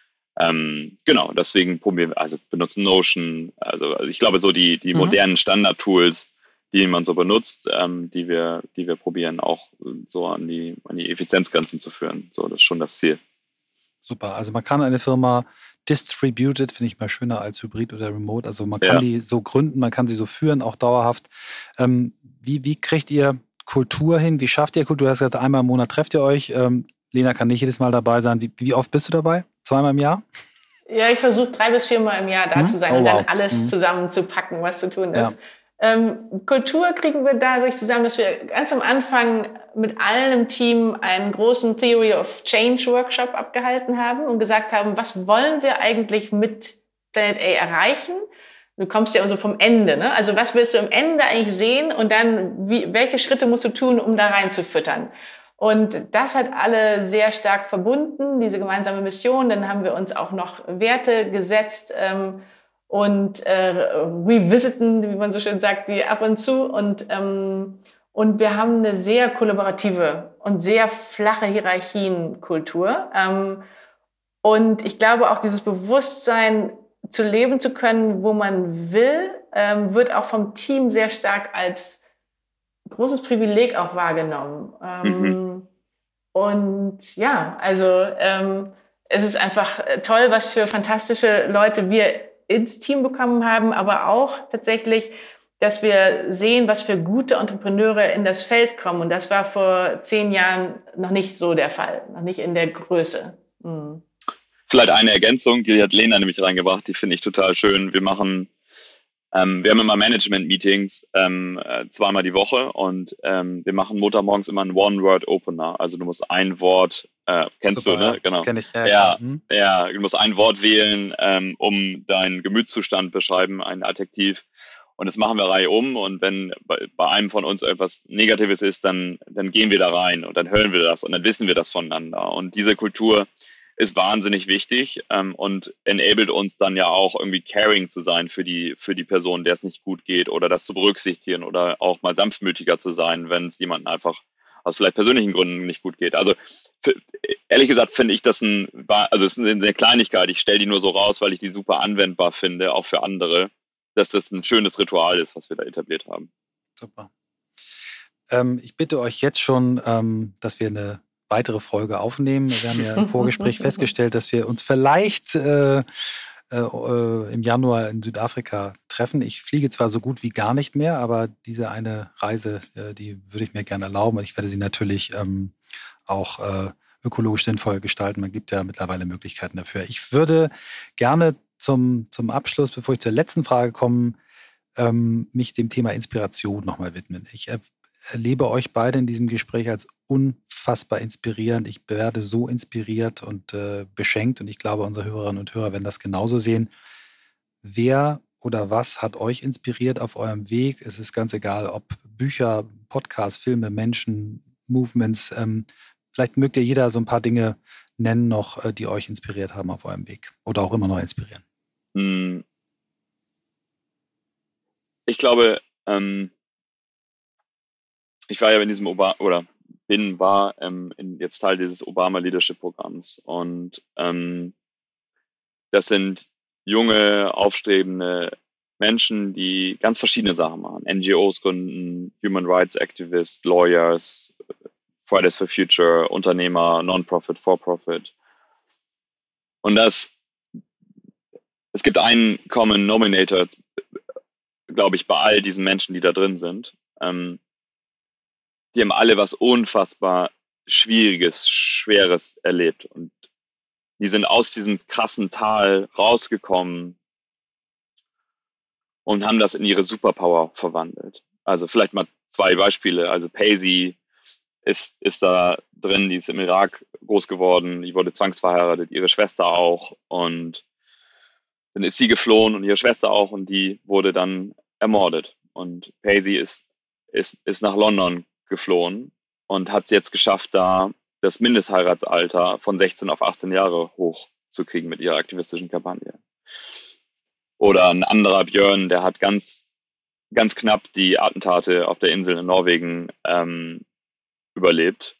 Ähm, genau, deswegen probieren wir, also benutzen Notion, also, also ich glaube so die, die mhm. modernen Standard-Tools, die man so benutzt, ähm, die wir, die wir probieren auch so an die, an die Effizienzgrenzen zu führen. So, das ist schon das Ziel. Super, also man kann eine Firma distributed, finde ich mal schöner als Hybrid oder Remote, also man kann ja. die so gründen, man kann sie so führen, auch dauerhaft. Ähm, wie, wie kriegt ihr Kultur hin? Wie schafft ihr Kultur? Du hast gesagt, einmal im Monat trefft ihr euch. Ähm, Lena kann nicht jedes Mal dabei sein. Wie, wie oft bist du dabei? Zweimal im Jahr? Ja, ich versuche drei bis viermal im Jahr da hm? zu sein oh, und dann wow. alles hm. zusammenzupacken, was zu tun ist. Ja. Ähm, Kultur kriegen wir dadurch zusammen, dass wir ganz am Anfang mit allen im Team einen großen Theory of Change Workshop abgehalten haben und gesagt haben, was wollen wir eigentlich mit Planet A erreichen? Du kommst ja also vom Ende, ne? Also was willst du am Ende eigentlich sehen und dann wie, welche Schritte musst du tun, um da rein zu füttern? Und das hat alle sehr stark verbunden, diese gemeinsame Mission. Dann haben wir uns auch noch Werte gesetzt ähm, und äh, revisiten, wie man so schön sagt, die ab und zu. Und, ähm, und wir haben eine sehr kollaborative und sehr flache Hierarchienkultur. Ähm, und ich glaube auch dieses Bewusstsein, zu leben zu können, wo man will, ähm, wird auch vom Team sehr stark als großes Privileg auch wahrgenommen. Ähm, mhm. Und ja, also ähm, es ist einfach toll, was für fantastische Leute wir ins Team bekommen haben, aber auch tatsächlich, dass wir sehen, was für gute Entrepreneure in das Feld kommen. Und das war vor zehn Jahren noch nicht so der Fall, noch nicht in der Größe. Mhm. Vielleicht eine Ergänzung, die hat Lena nämlich reingebracht, die finde ich total schön. Wir machen Ähm, wir haben immer Management-Meetings ähm, zweimal die Woche und ähm, wir machen Montagmorgens immer einen One-Word-Opener. Also du musst ein Wort, äh, kennst Super, du, ne? Ja. Genau. Kenn ich, ja. Ja, hm. ja, du musst ein Wort wählen, ähm, um deinen Gemütszustand beschreiben, ein Adjektiv. Und das machen wir Reihe um und wenn bei, bei einem von uns etwas Negatives ist, dann, dann gehen wir da rein und dann hören wir das und dann wissen wir das voneinander. Und diese Kultur ist wahnsinnig wichtig ähm, und enabled uns dann ja auch irgendwie caring zu sein für die, für die Person, der es nicht gut geht oder das zu berücksichtigen oder auch mal sanftmütiger zu sein, wenn es jemandem einfach aus vielleicht persönlichen Gründen nicht gut geht. Also für, ehrlich gesagt finde ich das ein, also es ist eine Kleinigkeit, ich stelle die nur so raus, weil ich die super anwendbar finde, auch für andere, dass das ein schönes Ritual ist, was wir da etabliert haben. Super. Ähm, ich bitte euch jetzt schon, ähm, dass wir eine weitere Folge aufnehmen. Wir haben ja im Vorgespräch festgestellt, dass wir uns vielleicht äh, äh, äh, im Januar in Südafrika treffen. Ich fliege zwar so gut wie gar nicht mehr, aber diese eine Reise, äh, die würde ich mir gerne erlauben. Und ich werde sie natürlich ähm, auch äh, ökologisch sinnvoll gestalten. Man gibt ja mittlerweile Möglichkeiten dafür. Ich würde gerne zum, zum Abschluss, bevor ich zur letzten Frage komme, ähm, mich dem Thema Inspiration nochmal widmen. Ich er, erlebe euch beide in diesem Gespräch als unfassbar inspirierend. Ich werde so inspiriert und äh, beschenkt und ich glaube, unsere Hörerinnen und Hörer werden das genauso sehen. Wer oder was hat euch inspiriert auf eurem Weg? Es ist ganz egal, ob Bücher, Podcasts, Filme, Menschen, Movements. Ähm, vielleicht mögt ihr jeder so ein paar Dinge nennen noch, äh, die euch inspiriert haben auf eurem Weg oder auch immer noch inspirieren. Ich glaube, ähm, ich war ja in diesem Obama oder bin, war ähm, in, jetzt Teil dieses Obama Leadership Programms und ähm, das sind junge, aufstrebende Menschen, die ganz verschiedene Sachen machen. N G Os gründen, Human Rights Activists, Lawyers, Fridays for Future, Unternehmer, Non-Profit, For-Profit. Und das, es gibt einen Common Nominator, glaube ich, bei all diesen Menschen, die da drin sind. Ähm, die haben alle was unfassbar Schwieriges, Schweres erlebt. Und die sind aus diesem krassen Tal rausgekommen und haben das in ihre Superpower verwandelt. Also vielleicht mal zwei Beispiele. Also Paisy ist, ist da drin, die ist im Irak groß geworden, die wurde zwangsverheiratet, ihre Schwester auch. Und dann ist sie geflohen und ihre Schwester auch und die wurde dann ermordet. Und Paisy ist, ist, ist nach London geflohen und hat es jetzt geschafft, da das Mindestheiratsalter von sechzehn auf achtzehn Jahre hochzukriegen mit ihrer aktivistischen Kampagne. Oder ein anderer Björn, der hat ganz, ganz knapp die Attentate auf der Insel in Norwegen ähm, überlebt.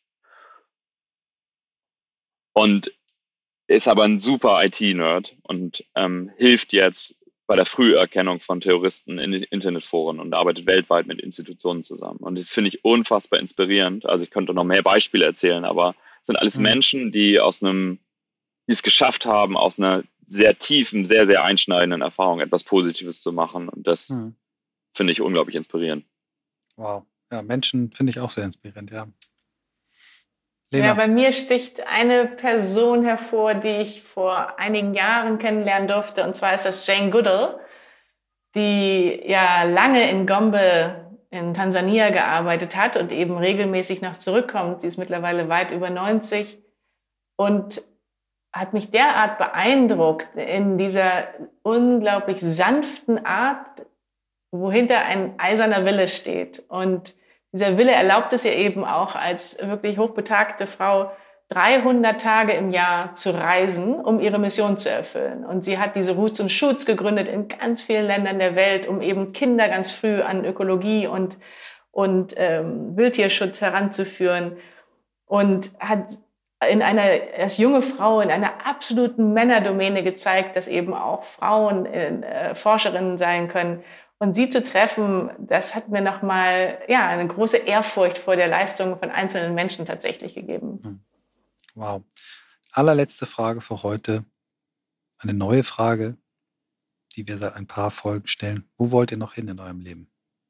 Und ist aber ein super I T-Nerd und ähm, hilft jetzt bei der Früherkennung von Terroristen in Internetforen und arbeitet weltweit mit Institutionen zusammen. Und das finde ich unfassbar inspirierend. Also ich könnte noch mehr Beispiele erzählen, aber es sind alles mhm. Menschen, die aus einem, die es geschafft haben, aus einer sehr tiefen, sehr, sehr einschneidenden Erfahrung etwas Positives zu machen. Und das mhm. finde ich unglaublich inspirierend. Wow. Ja, Menschen finde ich auch sehr inspirierend, ja. Lena. Ja, bei mir sticht eine Person hervor, die ich vor einigen Jahren kennenlernen durfte. Und zwar ist das Jane Goodall, die ja lange in Gombe in Tansania gearbeitet hat und eben regelmäßig noch zurückkommt. Sie ist mittlerweile weit über neunzig und hat mich derart beeindruckt in dieser unglaublich sanften Art, wohinter ein eiserner Wille steht. Und dieser Wille erlaubt es ihr eben auch als wirklich hochbetagte Frau, dreihundert Tage im Jahr zu reisen, um ihre Mission zu erfüllen. Und sie hat diese Roots and Shoots gegründet in ganz vielen Ländern der Welt, um eben Kinder ganz früh an Ökologie und, und ähm, Wildtierschutz heranzuführen. Und hat in einer, als junge Frau in einer absoluten Männerdomäne gezeigt, dass eben auch Frauen äh, Forscherinnen sein können. Und sie zu treffen, das hat mir nochmal ja, eine große Ehrfurcht vor der Leistung von einzelnen Menschen tatsächlich gegeben. Wow. Allerletzte Frage für heute. Eine neue Frage, die wir seit ein paar Folgen stellen. Wo wollt ihr noch hin in eurem Leben?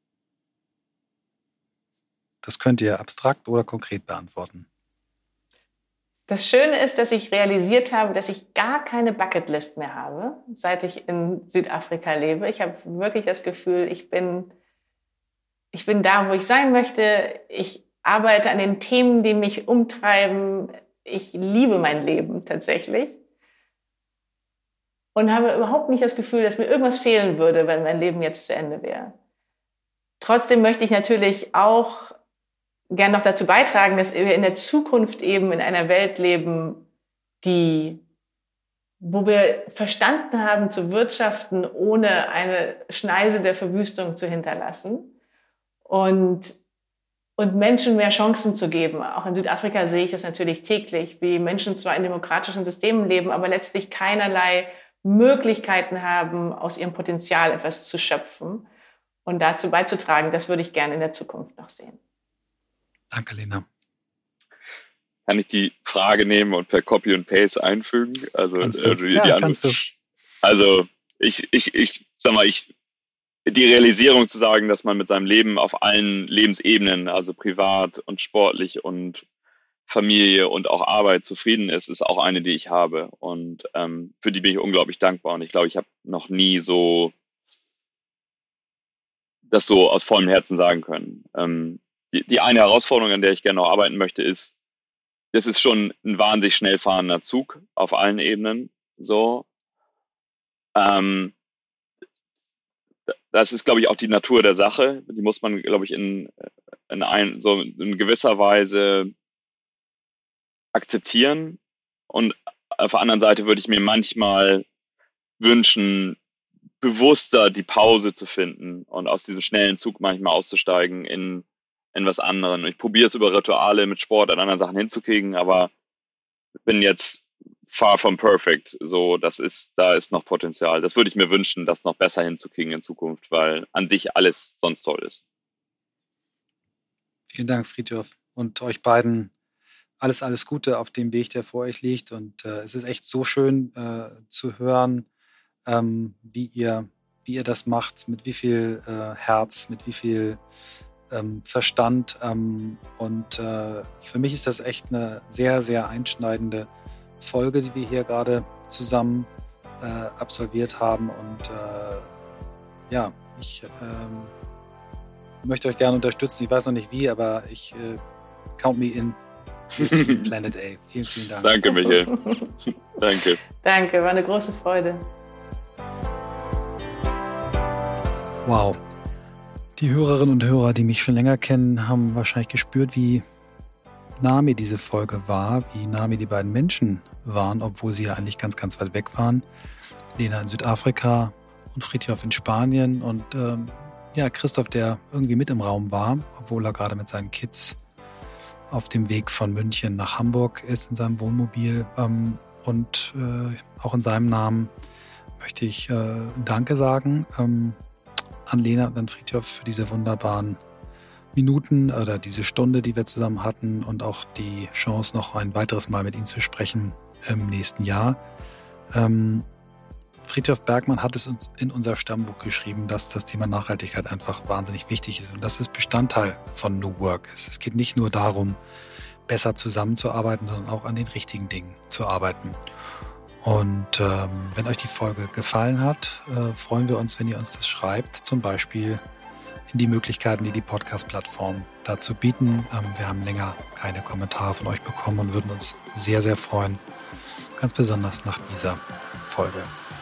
Das könnt ihr abstrakt oder konkret beantworten. Das Schöne ist, dass ich realisiert habe, dass ich gar keine Bucketlist mehr habe, seit ich in Südafrika lebe. Ich habe wirklich das Gefühl, ich bin, ich bin da, wo ich sein möchte. Ich arbeite an den Themen, die mich umtreiben. Ich liebe mein Leben tatsächlich und habe überhaupt nicht das Gefühl, dass mir irgendwas fehlen würde, wenn mein Leben jetzt zu Ende wäre. Trotzdem möchte ich natürlich auch gern noch dazu beitragen, dass wir in der Zukunft eben in einer Welt leben, die, wo wir verstanden haben zu wirtschaften, ohne eine Schneise der Verwüstung zu hinterlassen und, und Menschen mehr Chancen zu geben. Auch in Südafrika sehe ich das natürlich täglich, wie Menschen zwar in demokratischen Systemen leben, aber letztlich keinerlei Möglichkeiten haben, aus ihrem Potenzial etwas zu schöpfen und dazu beizutragen. Das würde ich gerne in der Zukunft noch sehen. Danke, Lena. Kann ich die Frage nehmen und per Copy und Paste einfügen? Also kannst du. die, Ja, die kannst du. Also ich, ich, ich sag mal, ich, die Realisierung zu sagen, dass man mit seinem Leben auf allen Lebensebenen, also privat und sportlich und Familie und auch Arbeit zufrieden ist, ist auch eine, die ich habe. Und ähm, für die bin ich unglaublich dankbar. Und ich glaube, ich habe noch nie so das so aus vollem Herzen sagen können. Ähm, die, die eine Herausforderung, an der ich gerne noch arbeiten möchte, ist, das ist schon ein wahnsinnig schnell fahrender Zug auf allen Ebenen. So. Ähm, das ist, glaube ich, auch die Natur der Sache. Die muss man, glaube ich, in, in, ein, so in gewisser Weise akzeptieren. Und auf der anderen Seite würde ich mir manchmal wünschen, bewusster die Pause zu finden und aus diesem schnellen Zug manchmal auszusteigen in, in was anderem. Ich probiere es über Rituale mit Sport und anderen Sachen hinzukriegen, aber bin jetzt far from perfect. So, das ist, da ist noch Potenzial. Das würde ich mir wünschen, das noch besser hinzukriegen in Zukunft, weil an sich alles sonst toll ist. Vielen Dank, Fridtjof, und euch beiden alles, alles Gute auf dem Weg, der vor euch liegt. Und äh, es ist echt so schön äh, zu hören, ähm, wie ihr, wie ihr das macht, mit wie viel äh, Herz, mit wie viel ähm, Verstand. Ähm, und äh, für mich ist das echt eine sehr, sehr einschneidende Folge, die wir hier gerade zusammen äh, absolviert haben. Und äh, ja, ich ähm, möchte euch gerne unterstützen. Ich weiß noch nicht wie, aber ich äh, count me in. Planet A. Vielen, vielen Dank. Danke, Michael. Danke. Danke, war eine große Freude. Wow. Die Hörerinnen und Hörer, die mich schon länger kennen, haben wahrscheinlich gespürt, wie nah mir diese Folge war, wie nah mir die beiden Menschen waren, obwohl sie ja eigentlich ganz, ganz weit weg waren. Lena in Südafrika und Fridtjof in Spanien und ähm, ja, Christoph, der irgendwie mit im Raum war, obwohl er gerade mit seinen Kids auf dem Weg von München nach Hamburg ist in seinem Wohnmobil. Ähm, und äh, auch in seinem Namen möchte ich äh, Danke sagen ähm, an Lena und an Fridtjof für diese wunderbaren Minuten oder diese Stunde, die wir zusammen hatten und auch die Chance, noch ein weiteres Mal mit ihnen zu sprechen im nächsten Jahr. Ähm, Fridtjof Bergmann hat es uns in unser Stammbuch geschrieben, dass das Thema Nachhaltigkeit einfach wahnsinnig wichtig ist und dass es Bestandteil von New Work ist. Es geht nicht nur darum, besser zusammenzuarbeiten, sondern auch an den richtigen Dingen zu arbeiten. Und ähm, wenn euch die Folge gefallen hat, äh, freuen wir uns, wenn ihr uns das schreibt, zum Beispiel in die Möglichkeiten, die die Podcast-Plattform dazu bieten. Ähm, wir haben länger keine Kommentare von euch bekommen und würden uns sehr, sehr freuen, ganz besonders nach dieser Folge.